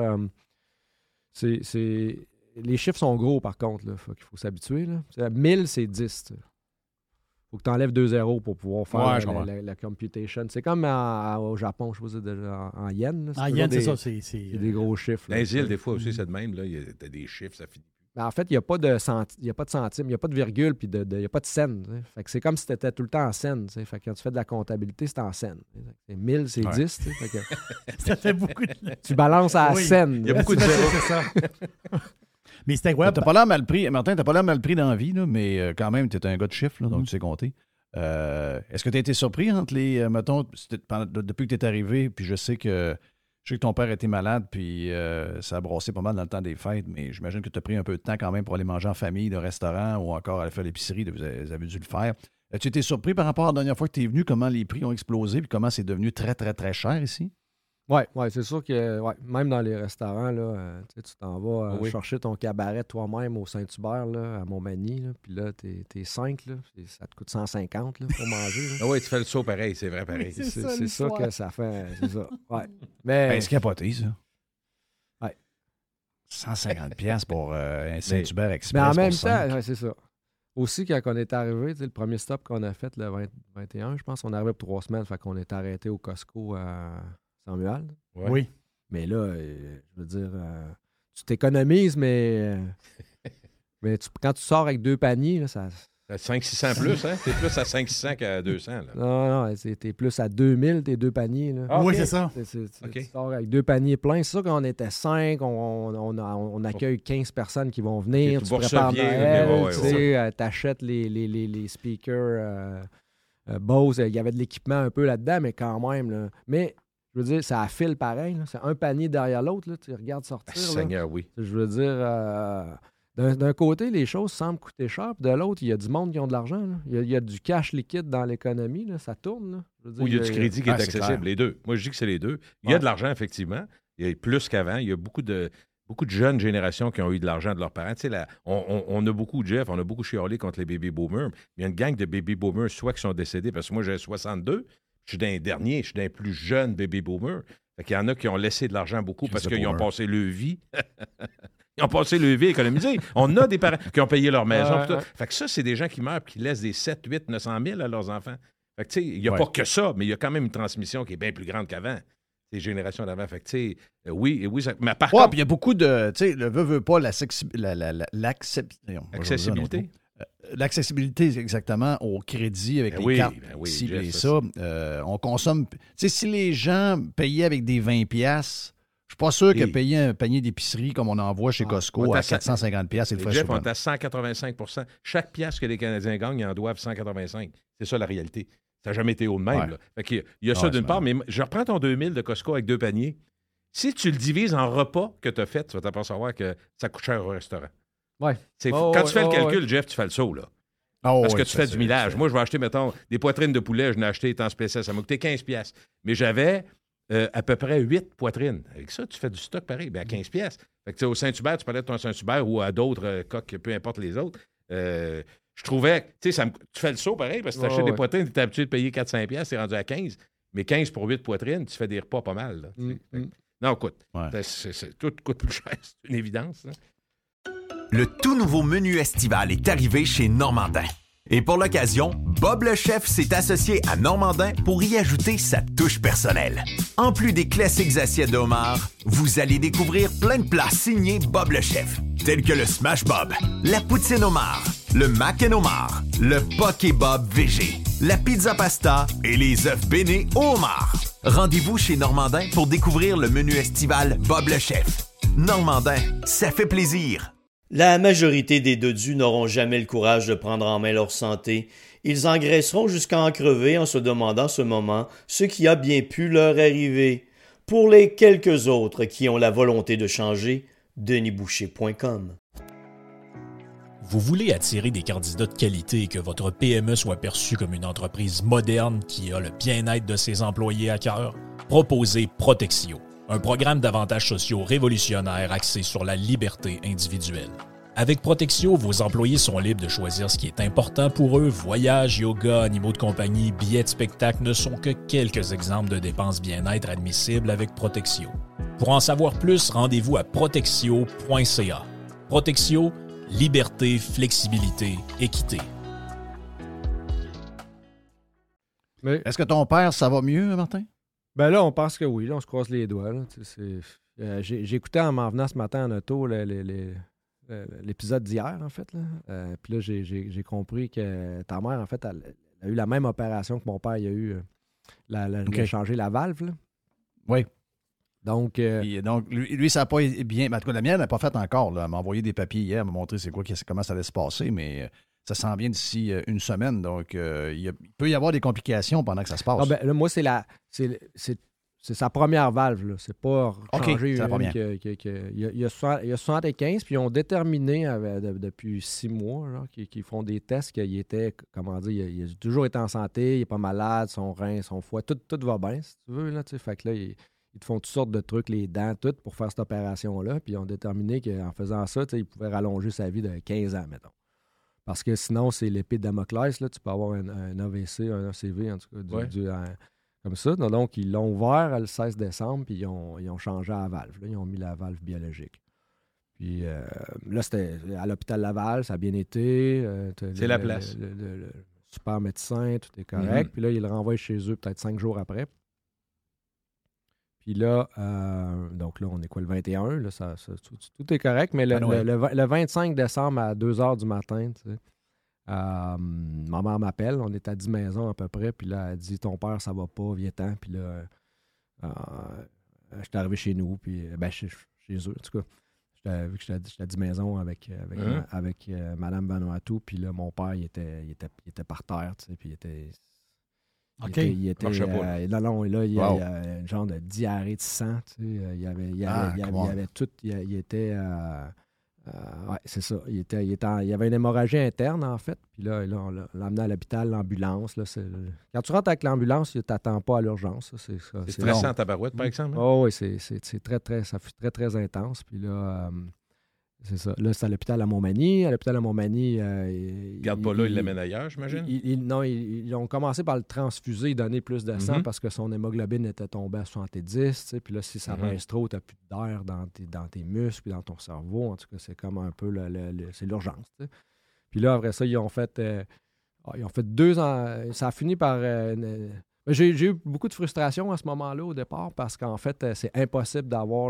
les chiffres sont gros, par contre. Il faut s'habituer. 1000, c'est 10. Faut que tu enlèves 2 zéros pour pouvoir faire la computation. C'est comme au Japon, je sais pas si déjà en yens. En yens, c'est ça. C'est des gros chiffres. Dans les îles, des fois aussi, c'est de même. Tu as des chiffres, ça finit. En fait, il n'y a pas de centime, il n'y a pas de virgule, puis il n'y a pas de scène. Fait que c'est comme si tu étais tout le temps en scène. Fait que quand tu fais de la comptabilité, c'est en scène. 1000, c'est 10. Fait que ça fait beaucoup de... Tu balances à la scène. Il y a beaucoup de zéros. C'est ça. Mais c'est incroyable. T'as pas l'air mal pris, Martin, t'as pas l'air mal pris dans la vie, là, mais quand même, t'es un gars de chiffres, là, donc tu sais compter. Est-ce que tu as été surpris entre les. Mettons, depuis que tu es arrivé, puis je sais que ton père était malade, puis ça a brassé pas mal dans le temps des fêtes, mais j'imagine que tu as pris un peu de temps quand même pour aller manger en famille, au restaurant, ou encore aller faire l'épicerie, vous avez dû le faire. As-tu été surpris par rapport à la dernière fois que tu es venu, comment les prix ont explosé, puis comment c'est devenu très, très, très cher ici? Oui, c'est sûr que même dans les restaurants, là, tu t'en vas chercher ton cabaret toi-même au Saint-Hubert, là, à Montmagny, là, puis là, t'es 5, là, ça te coûte 150 là, pour manger. Là. Ah oui, tu fais le saut pareil, c'est vrai pareil. C'est ça que ça fait, c'est ça. Ouais. Mais... c'est capoté, ça. Ouais. 150$ pour un Saint-Hubert Express. Mais en même temps, c'est ça. Aussi, quand on est arrivé, le premier stop qu'on a fait, le 21, je pense, on est arrivé pour 3 semaines, fait qu'on est arrêté au Costco à Samuel. Ouais. Oui. Mais là, je veux dire, tu t'économises, mais quand tu sors avec 2 paniers, là, ça... 500-600 plus, hein? T'es plus à 500 qu'à 200. Là. Non, t'es plus à 2000, tes 2 paniers. Là. Ah, okay. Oui, c'est ça. Tu sors avec 2 paniers pleins. C'est sûr qu'on était 5, on accueille 15 personnes qui vont venir. Tu prépares Noël, t'achètes les speakers Bose. Il y avait de l'équipement un peu là-dedans, mais quand même. Là. Mais... Je veux dire, ça affile pareil. Là. C'est un panier derrière l'autre. Là. Tu regardes sortir. Seigneur, oui. Je veux dire, d'un côté, les choses semblent coûter cher. Puis de l'autre, il y a du monde qui ont de l'argent. Là. Il y a du cash liquide dans l'économie. Là. Ça tourne. Là. Je veux dire, ou il y a du crédit qui est accessible. Les deux. Moi, je dis que c'est les deux. Il y a de l'argent, effectivement. Il y a plus qu'avant. Il y a beaucoup de jeunes générations qui ont eu de l'argent de leurs parents. Tu sais, on a beaucoup, Jeff, on a beaucoup chialé contre les baby boomers. Il y a une gang de baby boomers, soit qui sont décédés, parce que moi, j'ai 62. Je suis d'un dernier, je suis d'un plus jeune baby boomer. Fait qu'il y en a qui ont laissé de l'argent beaucoup parce qu'ils ont passé leur vie. Ils ont passé leur vie à économiser. On a des parents qui ont payé leur maison. Fait que ça, c'est des gens qui meurent et qui laissent des 7, 8, 900 000 à leurs enfants. Fait que tu sais, il n'y a pas que ça, mais il y a quand même une transmission qui est bien plus grande qu'avant. ces générations d'avant. Fait que, tu sais, oui, ça, mais par Ouais, contre... puis il y a beaucoup de, tu sais, le veut pas, Accessibilité. L'accessibilité, exactement, au crédit avec les cartes. Ci, Jeff, et ça. On consomme. Tu sais, si les gens payaient avec des 20$, je suis pas sûr que payer un panier d'épicerie comme on en voit chez Costco à 450$, c'est le frais Jeff, on souvent. est à 185%. Chaque pièce que les Canadiens gagnent, ils en doivent 185. C'est ça la réalité. Ça n'a jamais été haut de même. Ouais. Là. Fait qu'il y a ça d'une part, mais je reprends ton 2000 de Costco avec 2 paniers. Si tu le divises en repas que tu as fait, tu vas t'apercevoir que ça coûte cher au restaurant. Ouais. Quand tu fais le calcul, Jeff, tu fais le saut, là. Parce que tu fais du millage. Moi, je vais acheter, mettons, des poitrines de poulet. Je n'ai acheté étant spécial. Ça m'a coûté 15$. Mais j'avais à peu près 8 poitrines. Avec ça, tu fais du stock pareil, à 15$. Fait que, au Saint-Hubert, tu parlais de ton Saint-Hubert ou à d'autres coques, peu importe les autres. Je trouvais, tu sais, tu fais le saut pareil parce que tu achètes des poitrines, tu es habitué de payer 4-5$, c'est rendu à 15$. Mais 15 pour 8 poitrines, tu fais des repas pas mal. Là, non, écoute, tout coûte plus cher, c'est une évidence. Là. Le tout nouveau menu estival est arrivé chez Normandin. Et pour l'occasion, Bob le chef s'est associé à Normandin pour y ajouter sa touche personnelle. En plus des classiques assiettes de homard, vous allez découvrir plein de plats signés Bob le chef, tels que le Smash Bob, la poutine homard, le mac and homard, le poké Bob végé, la pizza pasta et les œufs bénis au homard. Rendez-vous chez Normandin pour découvrir le menu estival Bob le chef. Normandin, ça fait plaisir. La majorité des dodus n'auront jamais le courage de prendre en main leur santé. Ils engraisseront jusqu'à en crever en se demandant ce moment ce qui a bien pu leur arriver. Pour les quelques autres qui ont la volonté de changer, denisboucher.com. Vous voulez attirer des candidats de qualité et que votre PME soit perçue comme une entreprise moderne qui a le bien-être de ses employés à cœur? Proposez Protexio, un programme d'avantages sociaux révolutionnaire axé sur la liberté individuelle. Avec Protexio, vos employés sont libres de choisir ce qui est important pour eux. Voyages, yoga, animaux de compagnie, billets de spectacle ne sont que quelques exemples de dépenses bien-être admissibles avec Protexio. Pour en savoir plus, rendez-vous à protexio.ca. Protexio, liberté, flexibilité, équité. Mais... Est-ce que ton père, ça va mieux, Martin? Ben là, on pense que oui. Là, on se croise les doigts. Là. J'ai écouté en m'en venant ce matin en auto l'épisode d'hier, en fait. Puis là, j'ai compris que ta mère, en fait, elle a eu la même opération que mon père. Il a eu il a changé la valve. Là. Oui. Donc, lui, ça n'a pas bien... En tout cas, la mienne, elle n'a pas fait encore. Là. Elle m'a envoyé des papiers hier, elle m'a montré comment ça allait se passer, mais ça s'en vient d'ici une semaine. Donc, il peut y avoir des complications pendant que ça se passe. Ah ben, là, moi, c'est sa première valve. Là. C'est pas changé. C'est la première. Il y a 75, puis ils ont déterminé depuis 6 mois qu'ils font des tests qu'il était, comment dire, il a toujours été en santé, il n'est pas malade, son rein, son foie, tout va bien, si tu veux. Là, fait que là, ils te font toutes sortes de trucs, les dents, tout, pour faire cette opération-là. Puis ils ont déterminé qu'en faisant ça, il pouvait rallonger sa vie de 15 ans, mettons. Parce que sinon, c'est l'épée de Damoclès. Là, tu peux avoir un AVC, un ACV, en tout cas, comme ça. Donc, ils l'ont ouvert le 16 décembre, puis ils ont changé la valve. Là, ils ont mis la valve biologique. Puis là, c'était à l'hôpital Laval, ça a bien été. C'est la place. Le super médecin, tout est correct. Puis là, ils le renvoient chez eux peut-être 5 jours après. Puis là, donc là, on est quoi, le 21? Là, tout est correct, mais le 25 décembre à 2 h du matin, tu sais, ma mère m'appelle, on est à 10 maisons à peu près, puis là, elle dit « Ton père, ça va pas, viens-t'en. » Puis là, j'étais arrivé chez nous, puis chez eux, en tout cas. Vu que j'étais à 10 maisons avec Mme Vanuatu, puis là, mon père, il était par terre, tu sais, puis il était... Il était non, là, il y a un genre de diarrhée de sang. Tu sais, il y avait tout. Il était. Ouais, c'est ça. Il y avait une hémorragie interne, en fait. Puis là on l'a emmené à l'hôpital, l'ambulance. Là, quand tu rentres avec l'ambulance, tu ne t'attends pas à l'urgence. C'est stressant à tabarouette, par exemple. Oh, oui, c'est très, ça fut très, très intense. Puis là. C'est ça. Là, c'est à l'hôpital à Montmagny. À l'hôpital à Montmagny... Garde pas là, il l'amène ailleurs, j'imagine? Non, ils ont commencé par le transfuser, donner plus de sang parce que son hémoglobine était tombée à 70. Puis là, si ça reste trop, tu n'as plus d'air dans tes muscles puis dans ton cerveau. En tout cas, c'est comme un peu c'est l'urgence. T'sais. Puis là, après ça, ils ont fait 2 ans. Ça a fini par J'ai eu beaucoup de frustration à ce moment-là au départ parce qu'en fait, c'est impossible d'avoir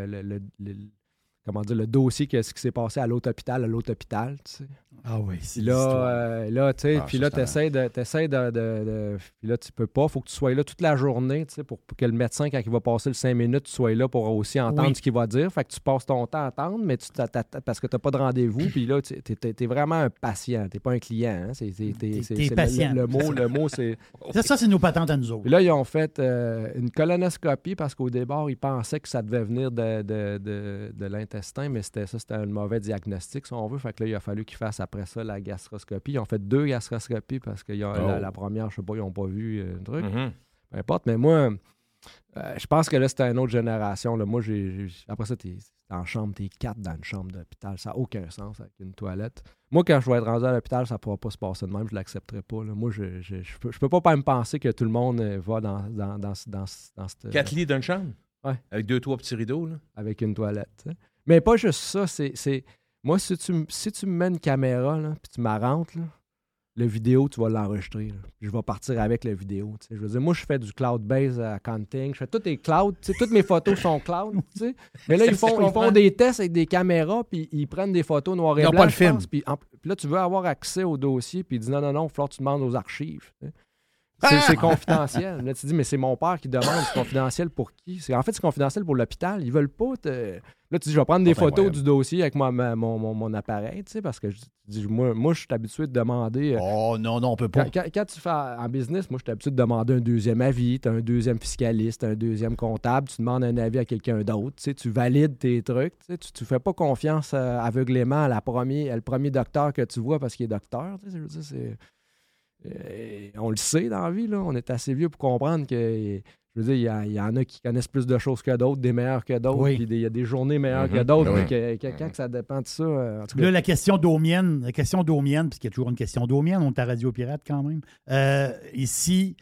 le dossier de ce qui s'est passé à l'autre hôpital, tu sais. Ah oui, c'est là, tu sais, puis là, t'essaies de... Puis là, tu peux pas, faut que tu sois là toute la journée, tu sais, pour que le médecin, quand il va passer le 5 minutes, tu sois là pour aussi entendre ce qu'il va dire. Fait que tu passes ton temps à attendre, mais parce que t'as pas de rendez-vous, puis là, t'es vraiment un patient, t'es pas un client. Hein? T'es patient. Le mot, c'est... Ça, c'est nos patentes à nous autres. Puis là, ils ont fait une colonoscopie parce qu'au départ, ils pensaient que ça devait venir de l'intestin, mais c'était un mauvais diagnostic, si on veut. Fait que là, il a fallu qu'ils fassent après ça la gastroscopie. Ils ont fait 2 gastroscopies parce que la première, je sais pas, ils n'ont pas vu un truc. Peu importe, mais moi, je pense que là, c'était une autre génération. Là. Moi, après ça, t'es en chambre, t'es 4 dans une chambre d'hôpital. Ça n'a aucun sens avec une toilette. Moi, quand je vais être rendu à l'hôpital, ça ne pourra pas se passer de même. Je ne l'accepterai pas. Là. Moi, je peux pas me penser que tout le monde va dans cette... 4 lits d'une chambre? Ouais. Avec 2-3 petits rideaux, là? Avec une toilette. T'sais. Mais pas juste ça. C'est... Moi, si tu me mets une caméra, puis tu m'arrentes, le vidéo, tu vas l'enregistrer. Là. Je vais partir avec la vidéo. T'sais. Je veux dire, moi, je fais du cloud-based accounting. Je fais tout est cloud. Toutes mes photos sont cloud. T'sais. Mais là, ils font des tests avec des caméras, puis ils prennent des photos noir et blanc. Ils n'ont pas le film. Puis là, tu veux avoir accès au dossier, puis ils disent non, il va falloir que tu demandes aux archives. T'sais. C'est confidentiel. Là, tu dis, mais c'est mon père qui demande, c'est confidentiel pour qui? En fait, c'est confidentiel pour l'hôpital. Ils veulent pas te... Là, tu dis, je vais prendre des photos du dossier avec mon appareil, tu sais, parce que moi, je suis habitué de demander... Oh non, on peut pas. Quand tu fais en business, moi, je suis habitué de demander un deuxième avis, tu as un deuxième fiscaliste, un deuxième comptable, tu demandes un avis à quelqu'un d'autre, tu sais, tu valides tes trucs, tu sais, tu fais pas confiance aveuglément à le premier docteur que tu vois parce qu'il est docteur, tu sais, je veux dire, c'est... on le sait dans la vie, là. On est assez vieux pour comprendre que, je veux dire, il y en a qui connaissent plus de choses que d'autres, des meilleurs que d'autres, puis il y a des journées meilleures que d'autres, quand ça dépend de ça. En tout cas. Là, la question d'Aumienne, puisqu'il y a toujours une question d'Aumienne, on est à Radio Pirate quand même. Ici,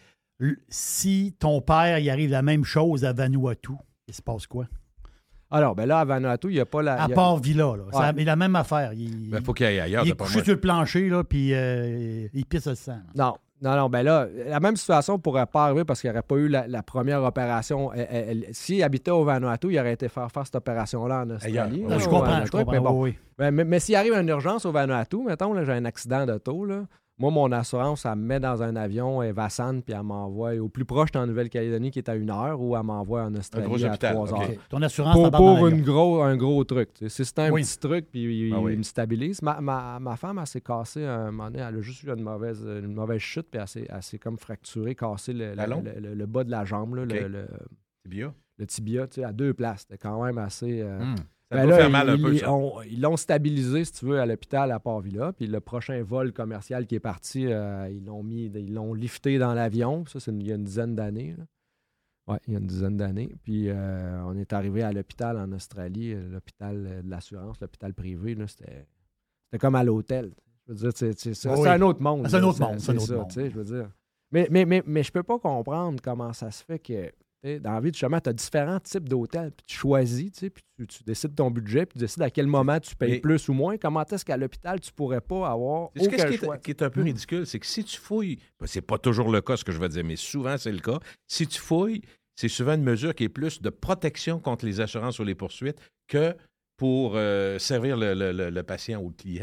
si ton père, il arrive la même chose à Vanuatu, il se passe quoi? Alors, ben là, à Vanuatu, il n'y a pas la... À part Villa, là. Ouais. C'est la même affaire. Il faut qu'il aille ailleurs. Il est couché sur le plancher, là, puis il pisse le sang. Non, ben là, la même situation ne pourrait pas arriver parce qu'il n'aurait pas eu la première opération. S'il habitait au Vanuatu, il aurait été faire cette opération-là en Australie. Je comprends. Mais, bon. Oui. Mais s'il arrive une urgence au Vanuatu, mettons, là, j'ai un accident d'auto, là. Moi, mon assurance, elle me met dans un avion, elle Vassan, puis elle m'envoie au plus proche en Nouvelle-Calédonie, qui est à 1 heure, ou elle m'envoie en Australie à 3 heures. Okay. Ton assurance pour un gros truc. Si c'est un petit truc, puis il me stabilise. Ma femme, elle s'est cassée un moment donné, elle a juste eu une mauvaise chute, puis elle s'est comme fracturée, cassée le bas de la jambe, là, le tibia. Le tibia, tu sais, à 2 places. C'était quand même assez... Ça doit faire mal un peu, ça. Ils l'ont stabilisé, si tu veux, à l'hôpital à Port-Villa. Puis le prochain vol commercial qui est parti, ils l'ont lifté dans l'avion. Ça, il y a une dizaine d'années. Oui, il y a une dizaine d'années. Puis on est arrivé à l'hôpital en Australie, l'hôpital de l'assurance, l'hôpital privé. Là, c'était comme à l'hôtel. Je veux dire, c'est un autre monde. C'est un autre monde. Je veux dire. Mais je peux pas comprendre comment ça se fait que... Dans la vie, justement, tu as différents types d'hôtels, puis tu choisis, puis tu décides ton budget, puis tu décides à quel moment tu payes plus ou moins. Comment est-ce qu'à l'hôpital, tu pourrais pas avoir aucun choix? Ce qui est un peu ridicule, c'est que si tu fouilles, c'est pas toujours le cas, ce que je veux dire, mais souvent c'est le cas, si tu fouilles, c'est souvent une mesure qui est plus de protection contre les assurances ou les poursuites que pour servir le patient ou le client,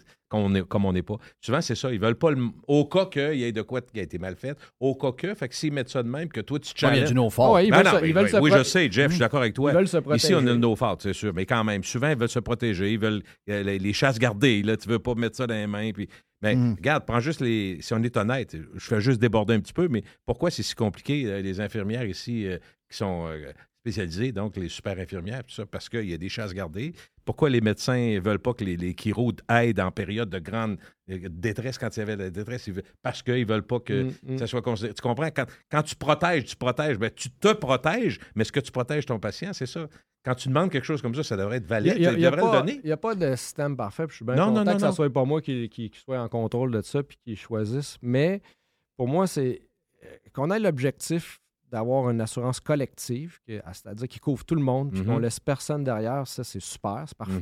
comme on n'est pas. Souvent, c'est ça. Ils veulent pas au cas qu'il y ait de quoi qui a été mal fait. Au cas que s'ils mettent ça de même, que toi, tu challenges. Il y a du no-fault. Oui, je sais, Jeff, je suis d'accord avec toi. Ils veulent se protéger. Ici, on a le no-fault, c'est sûr. Mais quand même, souvent, ils veulent se protéger. Ils veulent les chasses gardées. Là, tu veux pas mettre ça dans les mains. Puis... Mais regarde, prends juste si on est honnête, je fais juste déborder un petit peu, mais pourquoi c'est si compliqué, les infirmières ici qui sont... spécialisés, donc les super infirmières, tout ça, parce qu'il y a des chasses gardées. Pourquoi les médecins ne veulent pas que les chiro aident en période de grande détresse, quand il y avait la détresse? Parce qu'ils ne veulent pas que ça soit considéré. Tu comprends? Quand tu protèges, ben, tu te protèges, mais est-ce que tu protèges ton patient? C'est ça. Quand tu demandes quelque chose comme ça devrait être valide. Tu devrais le donner. Il n'y a pas de système parfait. Je suis bien content que ça ne soit pas moi qui soit en contrôle de ça et qui choisisse. Mais pour moi, c'est qu'on ait l'objectif d'avoir une assurance collective, c'est-à-dire qui couvre tout le monde, puis qu'on laisse personne derrière, ça, c'est super, c'est parfait.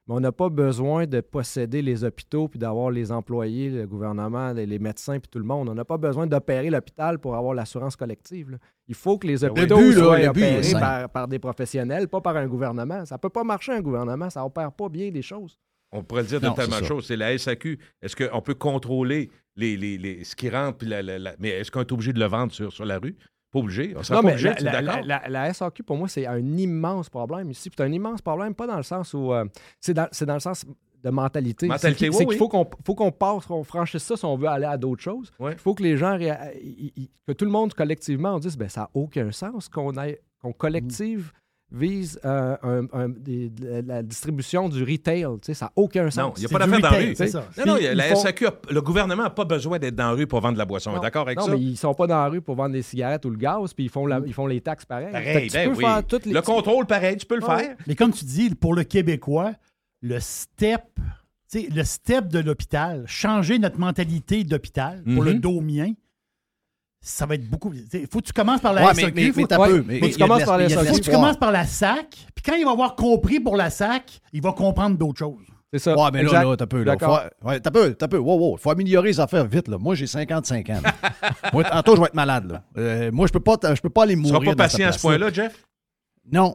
mais on n'a pas besoin de posséder les hôpitaux puis d'avoir les employés, le gouvernement, les médecins puis tout le monde. On n'a pas besoin d'opérer l'hôpital pour avoir l'assurance collective, là. Il faut que les hôpitaux soient opérés par des professionnels, pas par un gouvernement. Ça ne peut pas marcher, un gouvernement. Ça n'opère pas bien les choses. On pourrait le dire de tellement de choses. C'est la SAQ. Est-ce qu'on peut contrôler ce qui rentre? Mais est-ce qu'on est obligé de le vendre sur la rue? Pas obligé. Non, mais la SAQ, pour moi, c'est un immense problème ici. C'est un immense problème, pas dans le sens où... c'est dans le sens de mentalité. C'est qu'il faut qu'on passe, qu'on franchisse ça si on veut aller à d'autres choses. Il faut que les gens, que tout le monde collectivement, on dise, ça n'a aucun sens qu'on collective vise la distribution du retail. Ça n'a aucun sens. Non, il n'y a pas d'affaire dans la rue. Non, la SAQ, le gouvernement n'a pas besoin d'être dans la rue pour vendre de la boisson. On est d'accord avec ça? Non, mais ils ne sont pas dans la rue pour vendre des cigarettes ou le gaz, puis ils font les taxes pareil. Faire toutes le contrôle pareil, tu peux le faire. Mais comme tu dis, pour le Québécois, le step de l'hôpital, changer notre mentalité d'hôpital pour le domien, ça va être beaucoup. Il faut que tu commences par la SAQ. Mais tu commences par la SAQ. Il faut que tu commences par la SAC. Puis quand il va avoir compris pour la SAC, il va comprendre d'autres choses. C'est ça. Ouais, mais là, t'as peu. T'as peu. Wow. Faut améliorer les affaires vite. Là. Moi, j'ai 55 ans. Moi, tantôt, je vais être malade. Là. Moi, je peux pas aller mourir. Tu seras pas patient à ce point-là, Jeff? Non.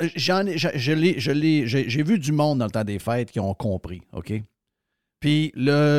J'ai vu du monde dans le temps des fêtes qui ont compris, OK? Puis,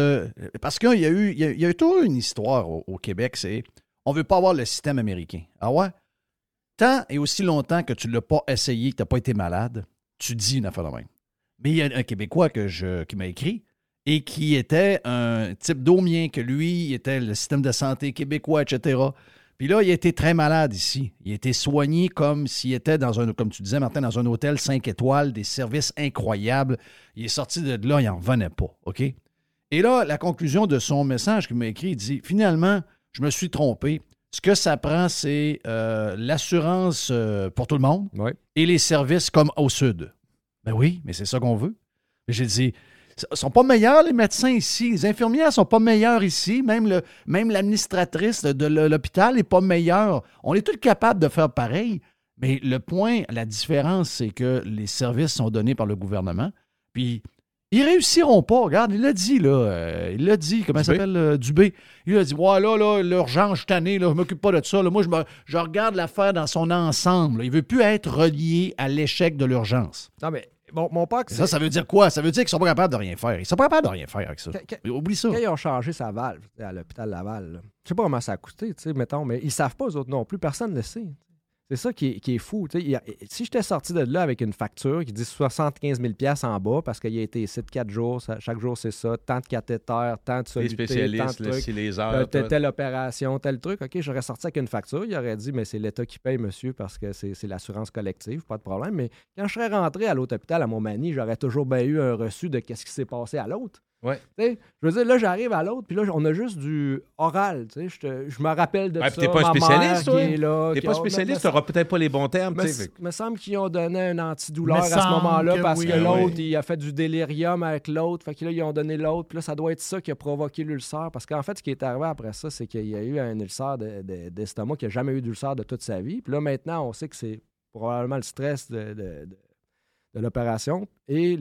parce qu'il y a eu toujours une histoire au Québec, c'est on veut pas avoir le système américain. Ah ouais? Tant et aussi longtemps que tu ne l'as pas essayé, que tu n'as pas été malade, tu dis une affaire de même. Mais il y a un Québécois qui m'a écrit et qui était un type d'Aumien, que lui, il était le système de santé québécois, etc. Puis là, il a été très malade ici. Il a été soigné comme s'il était comme tu disais, Martin, dans un hôtel 5 étoiles, des services incroyables. Il est sorti de là, il n'en revenait pas, OK? Et là, la conclusion de son message qu'il m'a écrit, il dit, finalement, je me suis trompé. Ce que ça prend, c'est l'assurance pour tout le monde et les services comme au Sud. Ben oui, mais c'est ça qu'on veut. J'ai dit, ils ne sont pas meilleurs, les médecins ici. Les infirmières ne sont pas meilleures ici. Même l'administratrice de l'hôpital n'est pas meilleure. On est tous capables de faire pareil. Mais le point, la différence, c'est que les services sont donnés par le gouvernement. Puis, ils réussiront pas. Regarde, il l'a dit, là. Il l'a dit, comment il s'appelle? Dubé. Il a dit, ouais, là, l'urgence, je suis tanné, là, je m'occupe pas de ça. Là. Moi, je regarde l'affaire dans son ensemble. Là. Il veut plus être relié à l'échec de l'urgence. Non, mais mon père... Ça veut dire quoi? Ça veut dire qu'ils sont pas capables de rien faire. Ils sont pas capables de rien faire avec ça. Oublie ça. Quand ils ont changé sa valve à l'hôpital Laval, là, je sais pas comment ça a coûté, mettons, mais ils savent pas, eux autres non plus. Personne ne le sait. C'est ça qui est fou. Si j'étais sorti de là avec une facture qui dit 75 000 $ en bas parce qu'il a été ici de 4 jours, chaque jour c'est ça, tant de cathéters, tant de solutés, les spécialistes, tant de trucs, les heures, telle opération, tel truc. OK, j'aurais sorti avec une facture. Il aurait dit, mais c'est l'État qui paye, monsieur, parce que c'est l'assurance collective, pas de problème. Mais quand je serais rentré à l'autre hôpital à Montmagny, j'aurais toujours bien eu un reçu de ce qui s'est passé à l'autre. Ouais. Je veux dire, là, j'arrive à l'autre, puis là, on a juste du oral. Je me rappelle de ça. T'es pas un spécialiste, toi. T'es pas spécialiste, t'auras peut-être pas les bons termes. Il me semble qu'ils ont donné un antidouleur à ce moment-là parce que l'autre, il a fait du délirium avec l'autre. Fait que là, ils ont donné l'autre. Puis là, ça doit être ça qui a provoqué l'ulcère. Parce qu'en fait, ce qui est arrivé après ça, c'est qu'il y a eu un ulcère d'estomac qui n'a jamais eu d'ulcère de toute sa vie. Puis là, maintenant, on sait que c'est probablement le stress de l'opération et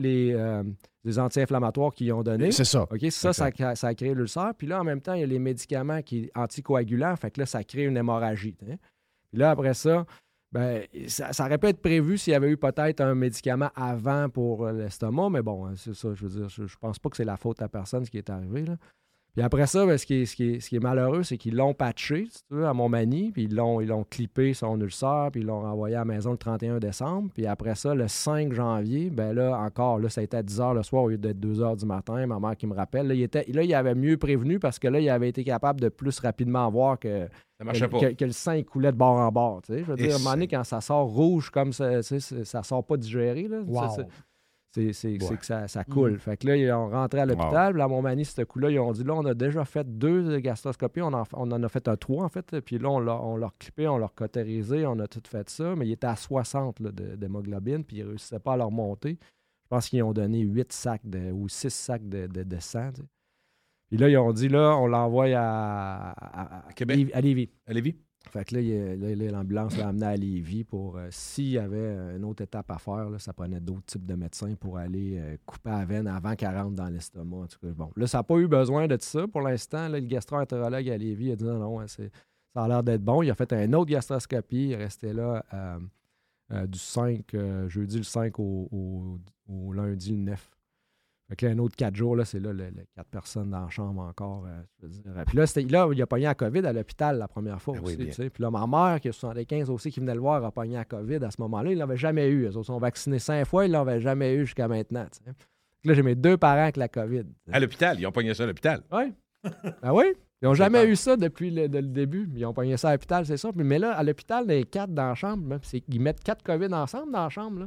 les anti-inflammatoires qu'ils ont donnés. C'est ça. OK, ça a créé l'ulcère. Puis là, en même temps, il y a les médicaments anticoagulants. Fait que là, ça crée une hémorragie. Puis là, après ça, ça aurait pu être prévu s'il y avait eu peut-être un médicament avant pour l'estomac. Mais bon, c'est ça. Je veux dire, je pense pas que c'est la faute à personne ce qui est arrivé, là. Puis après ça, ce qui est malheureux, c'est qu'ils l'ont patché, si tu veux, à Montmagny, puis ils l'ont clippé son ulcère, puis ils l'ont renvoyé à la maison le 31 décembre. Puis après ça, le 5 janvier, ça a été à 10 h le soir au lieu d'être 2 h du matin. Ma mère qui me rappelle. Là, il avait mieux prévenu parce que là, il avait été capable de plus rapidement voir que le sang il coulait de bord en bord. Tu sais. Je veux dire, à un moment donné, quand ça sort rouge comme ça, ça sort pas digéré. Là, c'est que ça coule. Fait que là, ils ont rentré à l'hôpital. Là, à Montmagny, ce coup-là, ils ont dit, là, on a déjà fait 2 gastroscopies. On en a fait un 3, en fait. Puis là, on l'a clippé, on l'a cautérisé, on a tout fait ça. Mais il était à 60 d'hémoglobine, puis ils ne réussissaient pas à leur monter. Je pense qu'ils ont donné 8 sacs ou 6 sacs de sang. Tu sais. Puis là, ils ont dit, là, on l'envoie à Québec. À Lévis. À Lévis? Fait que là, l'ambulance l'a amené à Lévis pour... s'il y avait une autre étape à faire, là, ça prenait d'autres types de médecins pour aller couper la veine avant qu'elle rentre dans l'estomac. En tout cas, bon, là, ça n'a pas eu besoin de ça pour l'instant. Là, le gastro-entérologue à Lévis a dit non, ça a l'air d'être bon. Il a fait une autre gastroscopie. Il est resté là du 5, jeudi le 5 au lundi le 9. Fait que là, un autre 4 jours, là, c'est là, 4 personnes dans la chambre encore. Je veux dire. Puis là, il a pogné la COVID à l'hôpital la première fois aussi. Tu sais. Puis là, ma mère, qui a 75 aussi, qui venait le voir, a pogné la COVID à ce moment-là. Ils ne l'avaient jamais eu. Ils sont vaccinés 5 fois, ils ne l'avaient jamais eu jusqu'à maintenant. Tu sais. Là, j'ai mes 2 parents avec la COVID. Tu sais. À l'hôpital? Ils ont pogné ça à l'hôpital? Oui. Ben oui. Ils n'ont jamais eu ça depuis le début. Ils ont pogné ça à l'hôpital, c'est ça. Mais là, à l'hôpital, les 4 dans la chambre, ils mettent 4 COVID ensemble dans la chambre. Là.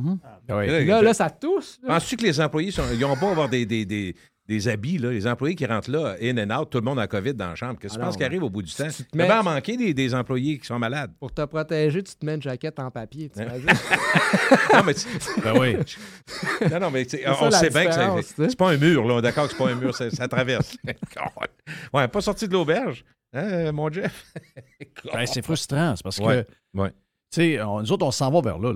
Là, ça tousse. Penses-tu que les employés ils n'ont pas à avoir des habits, là, les employés qui rentrent là, in and out, tout le monde a COVID dans la chambre? Qu'est-ce que tu penses qui arrive au bout du temps? Il va en manquer des employés qui sont malades. Pour te protéger, tu te mets une jaquette en papier. Tu non, mais ben oui. Non, mais on sait bien que c'est pas un mur, là. D'accord que c'est pas un mur, ça traverse. Ouais, pas sorti de l'auberge, hein, mon Jeff? C'est frustrant, c'est parce que... Ouais. Nous autres, on s'en va vers là.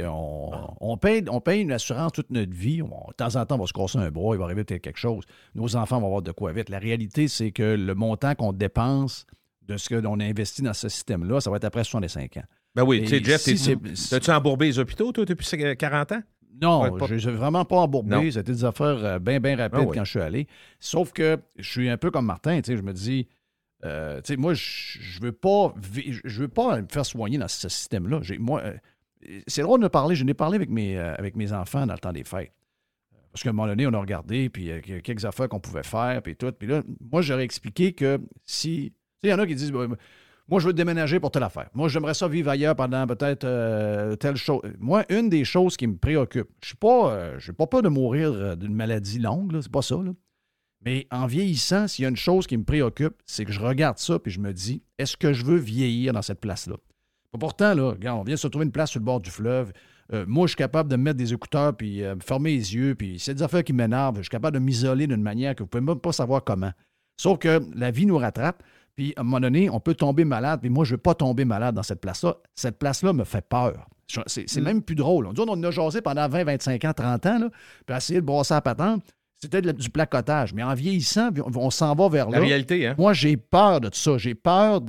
On paye une assurance toute notre vie. De temps en temps, on va se casser un bras, il va arriver peut-être quelque chose. Nos enfants vont avoir de quoi vite. La réalité, c'est que le montant qu'on dépense de ce que l'on a investi dans ce système-là, ça va être après 65 ans. Ben oui, tu sais, Jeff, t'as-tu embourbé les hôpitaux, toi, depuis 40 ans? Non, je n'ai vraiment pas embourbé. C'était des affaires bien rapides quand je suis allé. Sauf que je suis un peu comme Martin. Je me dis... moi, je veux pas me faire soigner dans ce système-là. C'est drôle de parler. Je n'ai parlé avec mes enfants dans le temps des fêtes. Parce qu'à un moment donné, on a regardé, puis il y a quelques affaires qu'on pouvait faire, puis tout. Puis là, moi, j'aurais expliqué que si... Il y en a qui disent, moi, je veux déménager pour telle affaire. Moi, j'aimerais ça vivre ailleurs pendant peut-être telle chose. Moi, une des choses qui me préoccupe, je n'ai pas peur de mourir d'une maladie longue, là, c'est pas ça, là. Mais en vieillissant, s'il y a une chose qui me préoccupe, c'est que je regarde ça puis je me dis, est-ce que je veux vieillir dans cette place-là? Pourtant, là, regarde, on vient de se trouver une place sur le bord du fleuve. Moi, je suis capable de me mettre des écouteurs puis fermer les yeux. Puis c'est des affaires qui m'énervent. Je suis capable de m'isoler d'une manière que vous ne pouvez même pas savoir comment. Sauf que la vie nous rattrape. Puis à un moment donné, on peut tomber malade. Puis moi, je ne veux pas tomber malade dans cette place-là. Cette place-là me fait peur. C'est même plus drôle. On en a jasé pendant 20, 25 ans, 30 ans, là, puis essayer de brosser la patente. C'était du placotage. Mais en vieillissant, on s'en va vers là. La réalité, hein? Moi, j'ai peur de ça. J'ai peur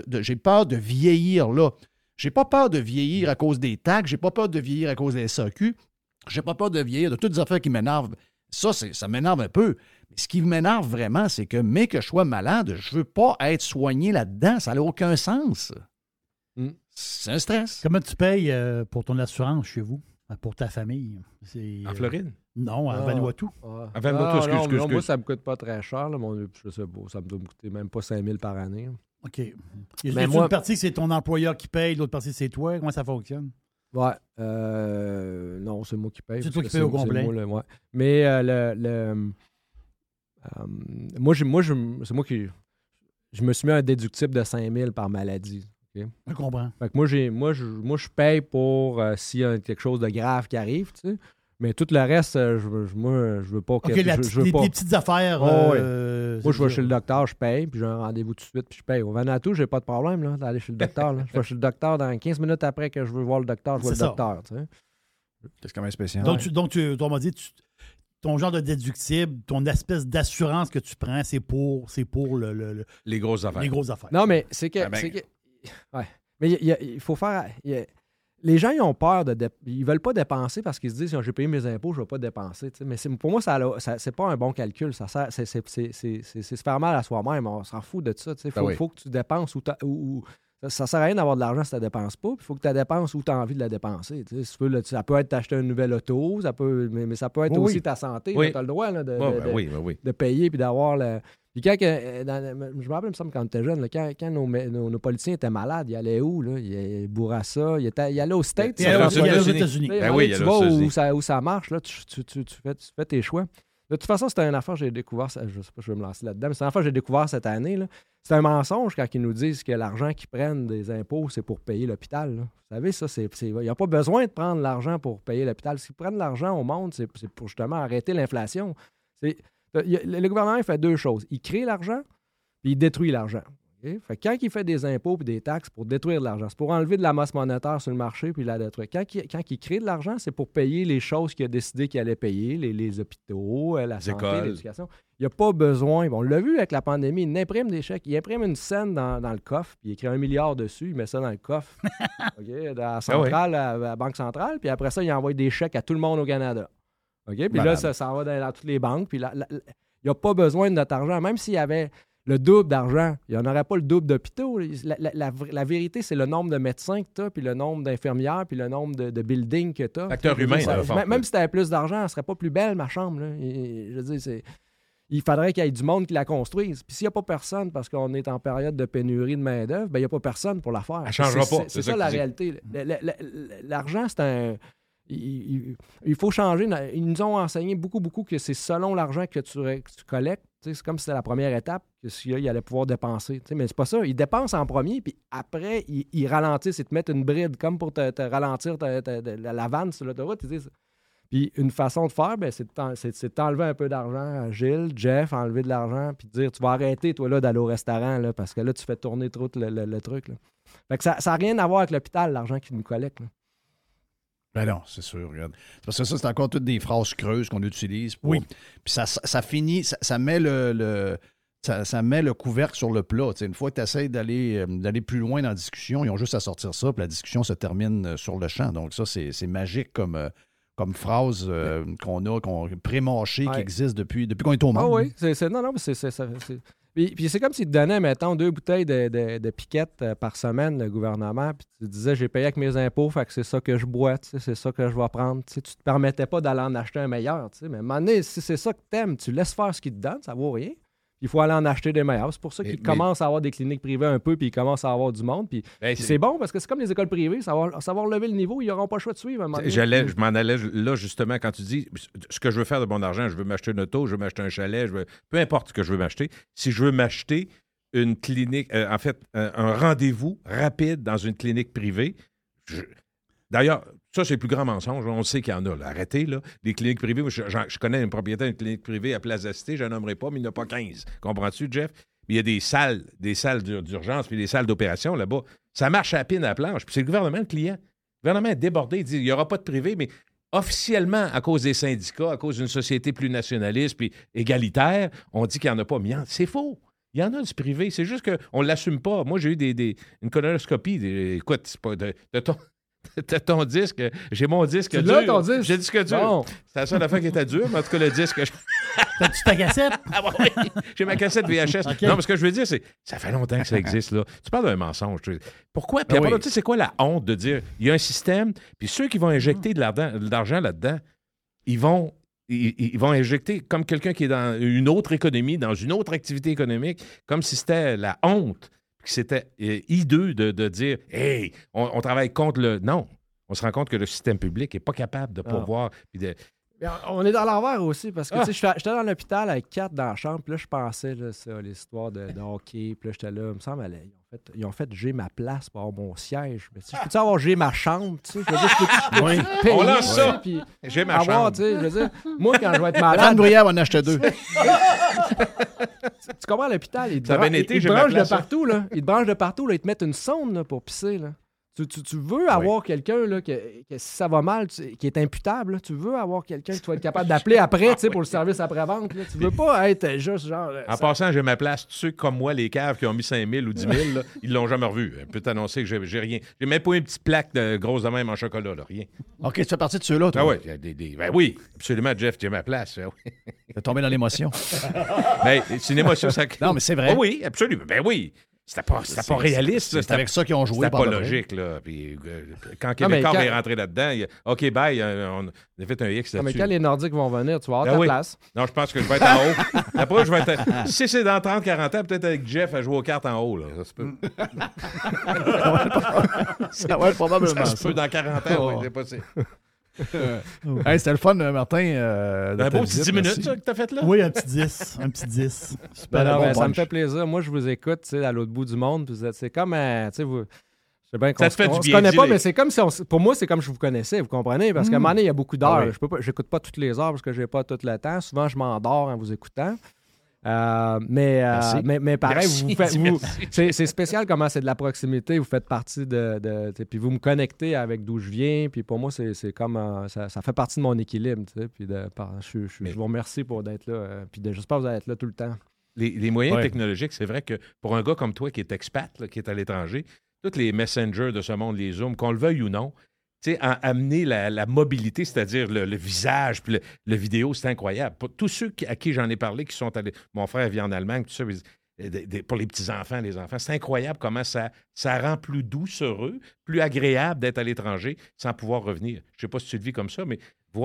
de vieillir là. J'ai pas peur de vieillir à cause des taxes. J'ai pas peur de vieillir à cause des SAQ. J'ai pas peur de vieillir de toutes les affaires qui m'énervent. Ça m'énerve un peu. Mais ce qui m'énerve vraiment, c'est que, mais que je sois malade, je veux pas être soigné là-dedans. Ça n'a aucun sens. C'est un stress. Comment tu payes pour ton assurance chez vous? Pour ta famille? En Floride? Non, à Vanuatu. À Vanuatu, excuse. Moi, ça me coûte pas très cher. Là, je sais pas, ça me doit me coûter même pas 5 000 par année. Là. OK. Mais une partie, c'est ton employeur qui paye, l'autre partie, c'est toi. Comment ça fonctionne? Ouais. Non, c'est moi qui paye. C'est toi qui paye au complet? Ouais. Mais moi, c'est moi qui... Je me suis mis un déductible de 5 000 par maladie. Okay? Je comprends. Fait que moi, je paye pour s'il y a quelque chose de grave qui arrive, tu sais. Mais tout le reste, je veux pas... OK, les petites affaires... moi, je vais chez le docteur, je paye, puis j'ai un rendez-vous tout de suite, puis je paye. Au Vanuatu, j'ai pas de problème là, d'aller chez le docteur. Là. Je vais chez le docteur dans 15 minutes après que je veux voir le docteur, je vois le docteur. Tu sais. C'est quand même spécial. Donc, on m'a dit, ton genre de déductible, ton espèce d'assurance que tu prends, c'est pour les grosses affaires. Les grosses affaires. Non, mais c'est que... Ouais. Mais il faut faire... Les gens, ils ont peur ils veulent pas dépenser parce qu'ils se disent, si j'ai payé mes impôts, je ne vais pas dépenser. T'sais. Mais pour moi, c'est pas un bon calcul. C'est se faire mal à soi-même. On s'en fout de ça. Il faut que tu dépenses où ça ne sert à rien d'avoir de l'argent si tu ne dépenses pas. Il faut que tu dépenses où tu as envie de la dépenser. Si tu veux, ça peut être t'acheter une nouvelle auto, mais ça peut être aussi ta santé. Tu as le droit là, de payer et d'avoir le... Puis quand, je me rappelle, il me semble, quand on était jeune, quand nos politiciens étaient malades, ils allaient où? Là? Ils bourraient ça. Ils allaient aux States. Ils allaient aux États-Unis. Tu vas où ça marche, là, tu fais tes choix. De toute façon, c'était une affaire que j'ai découvert, je ne sais pas si je vais me lancer là-dedans, mais c'est une affaire que j'ai découvert cette année. Là. C'est un mensonge quand ils nous disent que l'argent qu'ils prennent des impôts, c'est pour payer l'hôpital. Là. Vous savez, ça, il n'y a pas besoin de prendre l'argent pour payer l'hôpital. S'ils prennent l'argent au monde, c'est pour justement arrêter l'inflation. Le gouvernement il fait deux choses. Il crée l'argent, puis il détruit l'argent. Okay? Fait que quand il fait des impôts et des taxes pour détruire de l'argent, c'est pour enlever de la masse monétaire sur le marché puis la détruire. Quand il crée de l'argent, c'est pour payer les choses qu'il a décidé qu'il allait payer, les hôpitaux, la santé, écoles. l'éducation. Il n'y a pas besoin. On l'a vu avec la pandémie, il imprime des chèques. Il imprime une scène dans le coffre, puis il écrit 1 milliard dessus, il met ça dans le coffre, okay, à la centrale, à la Banque centrale, puis après ça, il envoie des chèques à tout le monde au Canada. Okay? Puis là, ça va dans toutes les banques, puis il n'y a pas besoin de notre argent. Même s'il y avait le double d'argent, il n'y en aurait pas le double d'hôpitaux. La vérité, c'est le nombre de médecins que tu as, puis le nombre d'infirmières, puis le nombre de buildings que tu as. Facteur humain, même si tu avais plus d'argent, elle ne serait pas plus belle, ma chambre. Là. Je veux dire, il faudrait qu'il y ait du monde qui la construise. Puis s'il n'y a pas personne, parce qu'on est en période de pénurie de main-d'œuvre, ben il n'y a pas personne pour la faire. Elle ne changera pas. C'est ça la réalité. L'argent, c'est un. Il faut changer. Ils nous ont enseigné beaucoup que c'est selon l'argent que tu collectes. C'est comme si c'était la première étape que celui-là, il allait pouvoir dépenser. Mais c'est pas ça. Ils dépensent en premier, puis après, ils ralentissent et te mettent une bride, comme pour te ralentir la vanne sur l'autoroute. Puis une façon de faire, ben, c'est de t'enlever un peu d'argent à Gilles, Jeff, enlever de l'argent, puis te dire, tu vas arrêter, toi, là, d'aller au restaurant, là, parce que là, tu fais tourner trop le truc. Là. Fait que ça n'a rien à voir avec l'hôpital, l'argent qu'ils nous collectent. Là. Ben non, c'est sûr. Regarde. Parce que ça, c'est encore toutes des phrases creuses qu'on utilise. Oui. Puis ça finit, ça met ça met le couvercle sur le plat. T'sais, une fois que tu essaies d'aller plus loin dans la discussion, ils ont juste à sortir ça, puis la discussion se termine sur le champ. Donc ça, c'est magique comme phrase qu'on pré-mâchée qui existe depuis qu'on est au monde. Ah oui, c'est Puis c'est comme s'il te donnait, mettons, 2 bouteilles de piquette par semaine, le gouvernement, puis tu disais, j'ai payé avec mes impôts, fait que c'est ça que je bois, c'est ça que je vais prendre. Tu te permettais pas d'aller en acheter un meilleur. Mais à un moment donné, si c'est ça que t'aimes, tu laisses faire ce qu'il te donne, ça vaut rien. Il faut aller en acheter des meilleurs. C'est pour ça qu'ils commencent à avoir des cliniques privées un peu, puis ils commencent à avoir du monde. Puis c'est bon, parce que c'est comme les écoles privées, ça va relever le niveau, ils n'auront pas le choix de suivre. À un moment donné. Je m'en allais là, justement, quand tu dis ce que je veux faire de mon argent, je veux m'acheter une auto, je veux m'acheter un chalet, peu importe ce que je veux m'acheter. Si je veux m'acheter une clinique, un rendez-vous rapide dans une clinique privée, d'ailleurs, ça, c'est le plus grand mensonge. On sait qu'il y en a. Là. Arrêtez, là. Les cliniques privées, moi, je connais un propriétaire d'une clinique privée à Place de la Cité, je ne nommerai pas, mais il n'y en a pas 15. Comprends-tu, Jeff? Il y a des salles d'urgence puis des salles d'opération là-bas. Ça marche à la pine à la planche. Puis c'est le gouvernement, le client. Le gouvernement est débordé. Il dit il n'y aura pas de privé, mais officiellement, à cause des syndicats, à cause d'une société plus nationaliste puis égalitaire, on dit qu'il n'y en a pas. Mais c'est faux. Il y en a du privé. C'est juste qu'on ne l'assume pas. Moi, j'ai eu une colonoscopie. Écoute, c'est pas de ton... T'as ton disque. J'ai mon disque tu dur. l'as, ton disque? J'ai le disque dur. Bon. C'est la seule affaire qui était dure, mais en tout cas, le disque... T'as-tu ta cassette? Ah oui, j'ai ma cassette VHS. Okay. Non, mais ce que je veux dire, c'est ça fait longtemps que ça existe, là. Tu parles d'un mensonge. Pourquoi? Puis après, tu sais, c'est quoi la honte de dire, il y a un système, puis ceux qui vont injecter de l'argent là-dedans, ils vont injecter comme quelqu'un qui est dans une autre économie, dans une autre activité économique, comme si c'était la honte. C'était hideux de dire « Hey, on travaille contre le... » Non, on se rend compte que le système public n'est pas capable de pourvoir. On est dans l'envers aussi, parce que j'étais dans l'hôpital avec 4 dans la chambre, puis là, je pensais, l'histoire de hockey, puis là, j'étais là, il me semble, ils ont fait j'ai ma place pour avoir mon siège. Mais je peux-tu avoir j'ai ma chambre, tu sais? Je veux dire, on lance ça! Puis j'ai ma chambre. Je veux dire, moi, quand je vais être malade... Anne Bruyère va en acheter 2. Tu comprends, à l'hôpital, ils te branchent de partout, là. Ils te branchent de partout, là. Ils te mettent une sonde là, pour pisser, là. Tu veux avoir quelqu'un là, que si ça va mal, qui est imputable, là, tu veux avoir quelqu'un que tu vas être capable d'appeler après pour le service après-vente. Là. Tu veux pas être juste genre... En passant, j'ai ma place. Tous ceux comme moi, les caves qui ont mis 5 000 ou 10 000, là, ils l'ont jamais revu. Je peux t'annoncer que j'ai rien. J'ai même pas une petite plaque de grosse de même en chocolat. Là, rien. OK, tu fais partie de ceux-là, toi? Ah oui, ben oui, absolument, Jeff, j'ai ma place. T'es tombé dans l'émotion. Ben, c'est une émotion. Ça... Non, mais c'est vrai. Oh oui, absolument. Ben oui. C'était pas réaliste. C'est avec ça qu'ils ont joué. C'était pas logique. Là. Puis, quand Québécois est rentré là-dedans, OK, bye, on a fait un X là-dessus. Mais quand les Nordiques vont venir, tu vas avoir ta place. Non, je pense que je vais être en haut. Après, je vais être... Si c'est dans 30-40 ans, peut-être avec Jeff à jouer aux cartes en haut. Là. Ça se peut. Ça va être probablement ça. Se peut dans 40 ans, oui, c'est possible. Hey, c'était le fun, Martin. Un beau petit 10 minutes, ça, que t'as fait là? Oui, un petit 10. Un petit 10. Super, ça me fait plaisir. Moi, je vous écoute à l'autre bout du monde. C'est comme, vous... Bien ça te fait du bien. On se connaît pas, mais c'est comme si pour moi, c'est comme je vous connaissais, vous comprenez? Parce qu'à un moment donné, il y a beaucoup d'heures. Je n'écoute pas toutes les heures parce que j'ai pas tout le temps. Souvent, je m'endors en vous écoutant. Mais pareil, Merci. c'est spécial comment c'est de la proximité. Vous faites partie puis vous me connectez avec d'où je viens. Puis pour moi, c'est comme ça fait partie de mon équilibre. Puis je vous remercie d'être là. Puis j'espère que vous allez être là tout le temps. Les moyens technologiques, c'est vrai que pour un gars comme toi qui est expat, là, qui est à l'étranger, tous les messengers de ce monde, les Zooms, qu'on le veuille ou non, amener la mobilité, c'est-à-dire le visage, puis le vidéo, c'est incroyable. Pour tous ceux à qui j'en ai parlé, qui sont allés, mon frère vit en Allemagne, tout ça, pour les petits-enfants, les enfants, c'est incroyable comment ça rend plus doucereux, plus agréable d'être à l'étranger sans pouvoir revenir. Je ne sais pas si tu le vis comme ça, mais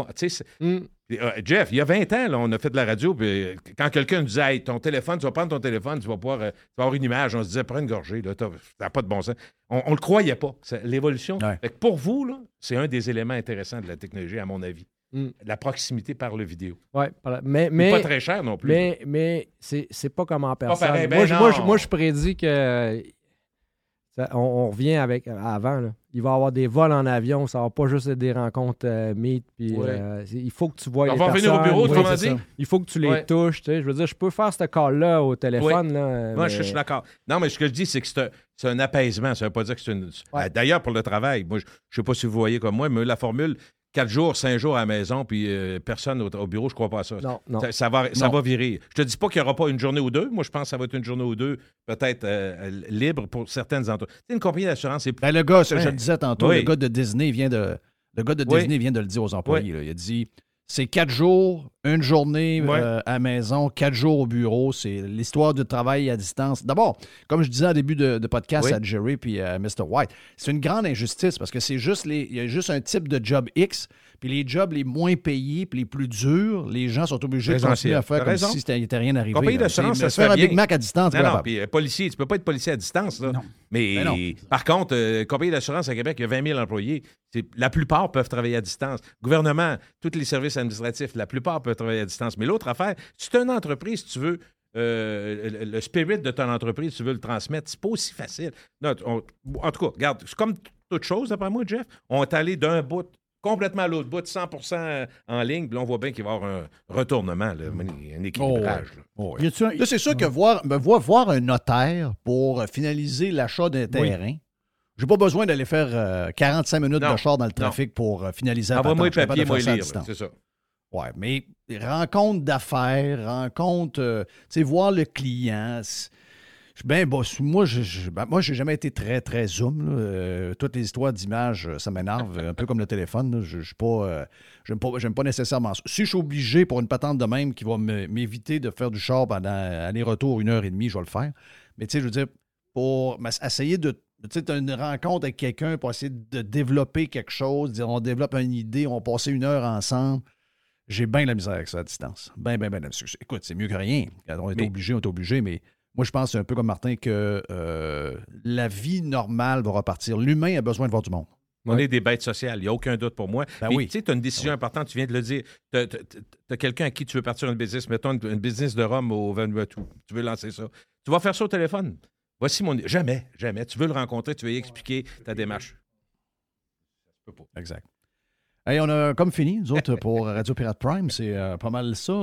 Jeff, il y a 20 ans, là, on a fait de la radio, puis quand quelqu'un nous disait hey, ton téléphone, tu vas prendre ton téléphone, tu vas pouvoir tu vas avoir une image, on se disait prends une gorgée, là, ça n'a pas de bon sens. On ne le croyait pas. L'évolution. Fait que pour vous, là, c'est un des éléments intéressants de la technologie, à mon avis. La proximité par le vidéo. Oui, mais pas très cher non plus. Mais c'est pas comme en personne. Pareil, moi, je prédis que on revient avec avant. Là. Il va y avoir des vols en avion, ça va pas juste être des rencontres meet. Puis il faut que tu vois les personnes. On va venir au bureau, tu m'as dit? Il faut que tu les touches. Je veux dire, je peux faire ce call-là au téléphone. Là, moi, je suis d'accord. Non, mais ce que je dis, c'est que c'est un apaisement. Ça veut pas dire que c'est une... D'ailleurs, pour le travail, moi, je sais pas si vous voyez comme moi, mais la formule 4 jours, 5 jours à la maison, puis personne au bureau, je crois pas à ça. Non. Ça va virer. Je te dis pas qu'il n'y aura pas une journée ou deux. Moi, je pense que ça va être une journée ou deux, peut-être libre pour certaines entreprises. Une compagnie d'assurance, c'est plus... Le gars, je le disais tantôt, le gars de Disney vient de le dire aux employés. Là. Il a dit, c'est 4 jours, une journée à la maison, 4 jours au bureau. C'est l'histoire du travail à distance. D'abord, comme je disais en début de podcast à Jerry puis à Mr. White, c'est une grande injustice parce que il y a juste un type de job X, puis les jobs les moins payés puis les plus durs, les gens sont obligés de continuer à faire comme si il n'était rien arrivé. Compagnie d'assurance, ça se faire fait un bien. Big Mac à distance. Non, puis policier, tu peux pas être policier à distance. Là. Non. Mais par contre, compagnie d'assurance à Québec, il y a 20 000 employés. La plupart peuvent travailler à distance. Gouvernement, tous les services administratifs, la plupart peuvent travailler à distance. Mais l'autre affaire, si tu as une entreprise, tu veux le spirit de ton entreprise, tu veux le transmettre, c'est pas aussi facile. Non, en tout cas, regarde, c'est comme toute chose, d'après moi, Jeff. On est allé d'un bout complètement à l'autre bout, 100% en ligne, puis là, on voit bien qu'il va y avoir un retournement, là, un équilibrage. Là, c'est sûr que voir un notaire pour finaliser l'achat d'un terrain, j'ai pas besoin d'aller faire 45 minutes de char dans le trafic pour finaliser la patente. Envoie-moi le papier, moi, lire, c'est ça. Oui, mais rencontre d'affaires, rencontre, voir le client. Moi, j'ai jamais été très, très zoom. Toutes les histoires d'images, ça m'énerve, un peu comme le téléphone. Je suis pas, j'aime pas nécessairement ça. Si je suis obligé pour une patente de même qui va m'éviter de faire du char pendant aller-retour 1h30, je vais le faire. Mais tu sais, je veux dire, pour essayer de... Tu sais, tu as une rencontre avec quelqu'un pour essayer de développer quelque chose, dire on développe une idée, on va passer 1 heure ensemble. J'ai bien de la misère avec ça à distance. Ben. Écoute, c'est mieux que rien. Quand on est obligé, mais moi, je pense, un peu comme Martin, que la vie normale va repartir. L'humain a besoin de voir du monde. On est des bêtes sociales, il n'y a aucun doute pour moi. Ben tu sais, tu as une décision importante, tu viens de le dire. Tu as quelqu'un à qui tu veux partir une business, mettons une business de rhum au Vanuatu. Tu veux lancer ça. Tu vas faire ça au téléphone. Voici mon... Jamais. Tu veux le rencontrer, tu veux y expliquer ta démarche. Exact. Hey, on a comme fini, nous autres, pour Radio Pirate Prime. C'est pas mal ça.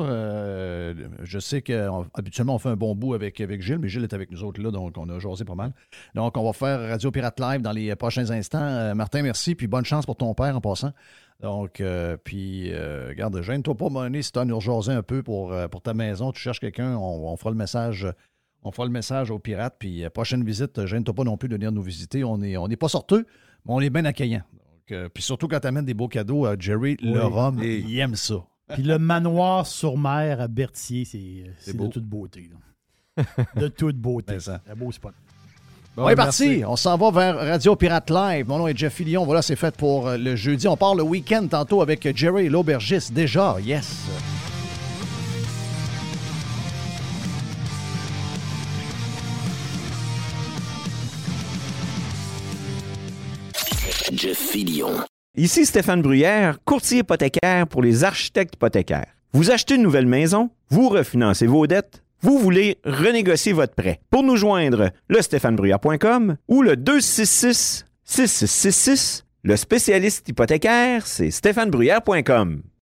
Je sais qu'habituellement, on fait un bon bout avec Gilles, mais Gilles est avec nous autres là, donc on a jasé pas mal. Donc, on va faire Radio Pirate Live dans les prochains instants. Martin, merci, puis bonne chance pour ton père en passant. Donc, regarde, gêne-toi pas, Monet, si tu as nous rejaser un peu pour ta maison, tu cherches quelqu'un, on fera le message. On fera le message aux pirates, puis prochaine visite, gêne-toi pas non plus de venir nous visiter. On n'est pas sorteux, mais on est bien accueillant. Puis surtout quand tu amènes des beaux cadeaux à Jerry, le rhum, il aime ça. Puis le manoir sur mer à Berthier, c'est de toute beauté. Là. De toute beauté. C'est un beau spot. Bon, on est parti. On s'en va vers Radio Pirate Live. Mon nom est Jeff Fillion. Voilà, c'est fait pour le jeudi. On part le week-end tantôt avec Jerry l'aubergiste. Déjà, yes. Jeff Fillion. Ici Stéphane Bruyère, courtier hypothécaire pour les architectes hypothécaires. Vous achetez une nouvelle maison, vous refinancez vos dettes, vous voulez renégocier votre prêt. Pour nous joindre, le stéphanebruyère.com ou le 266-6666. Le spécialiste hypothécaire, c'est stéphanebruyère.com.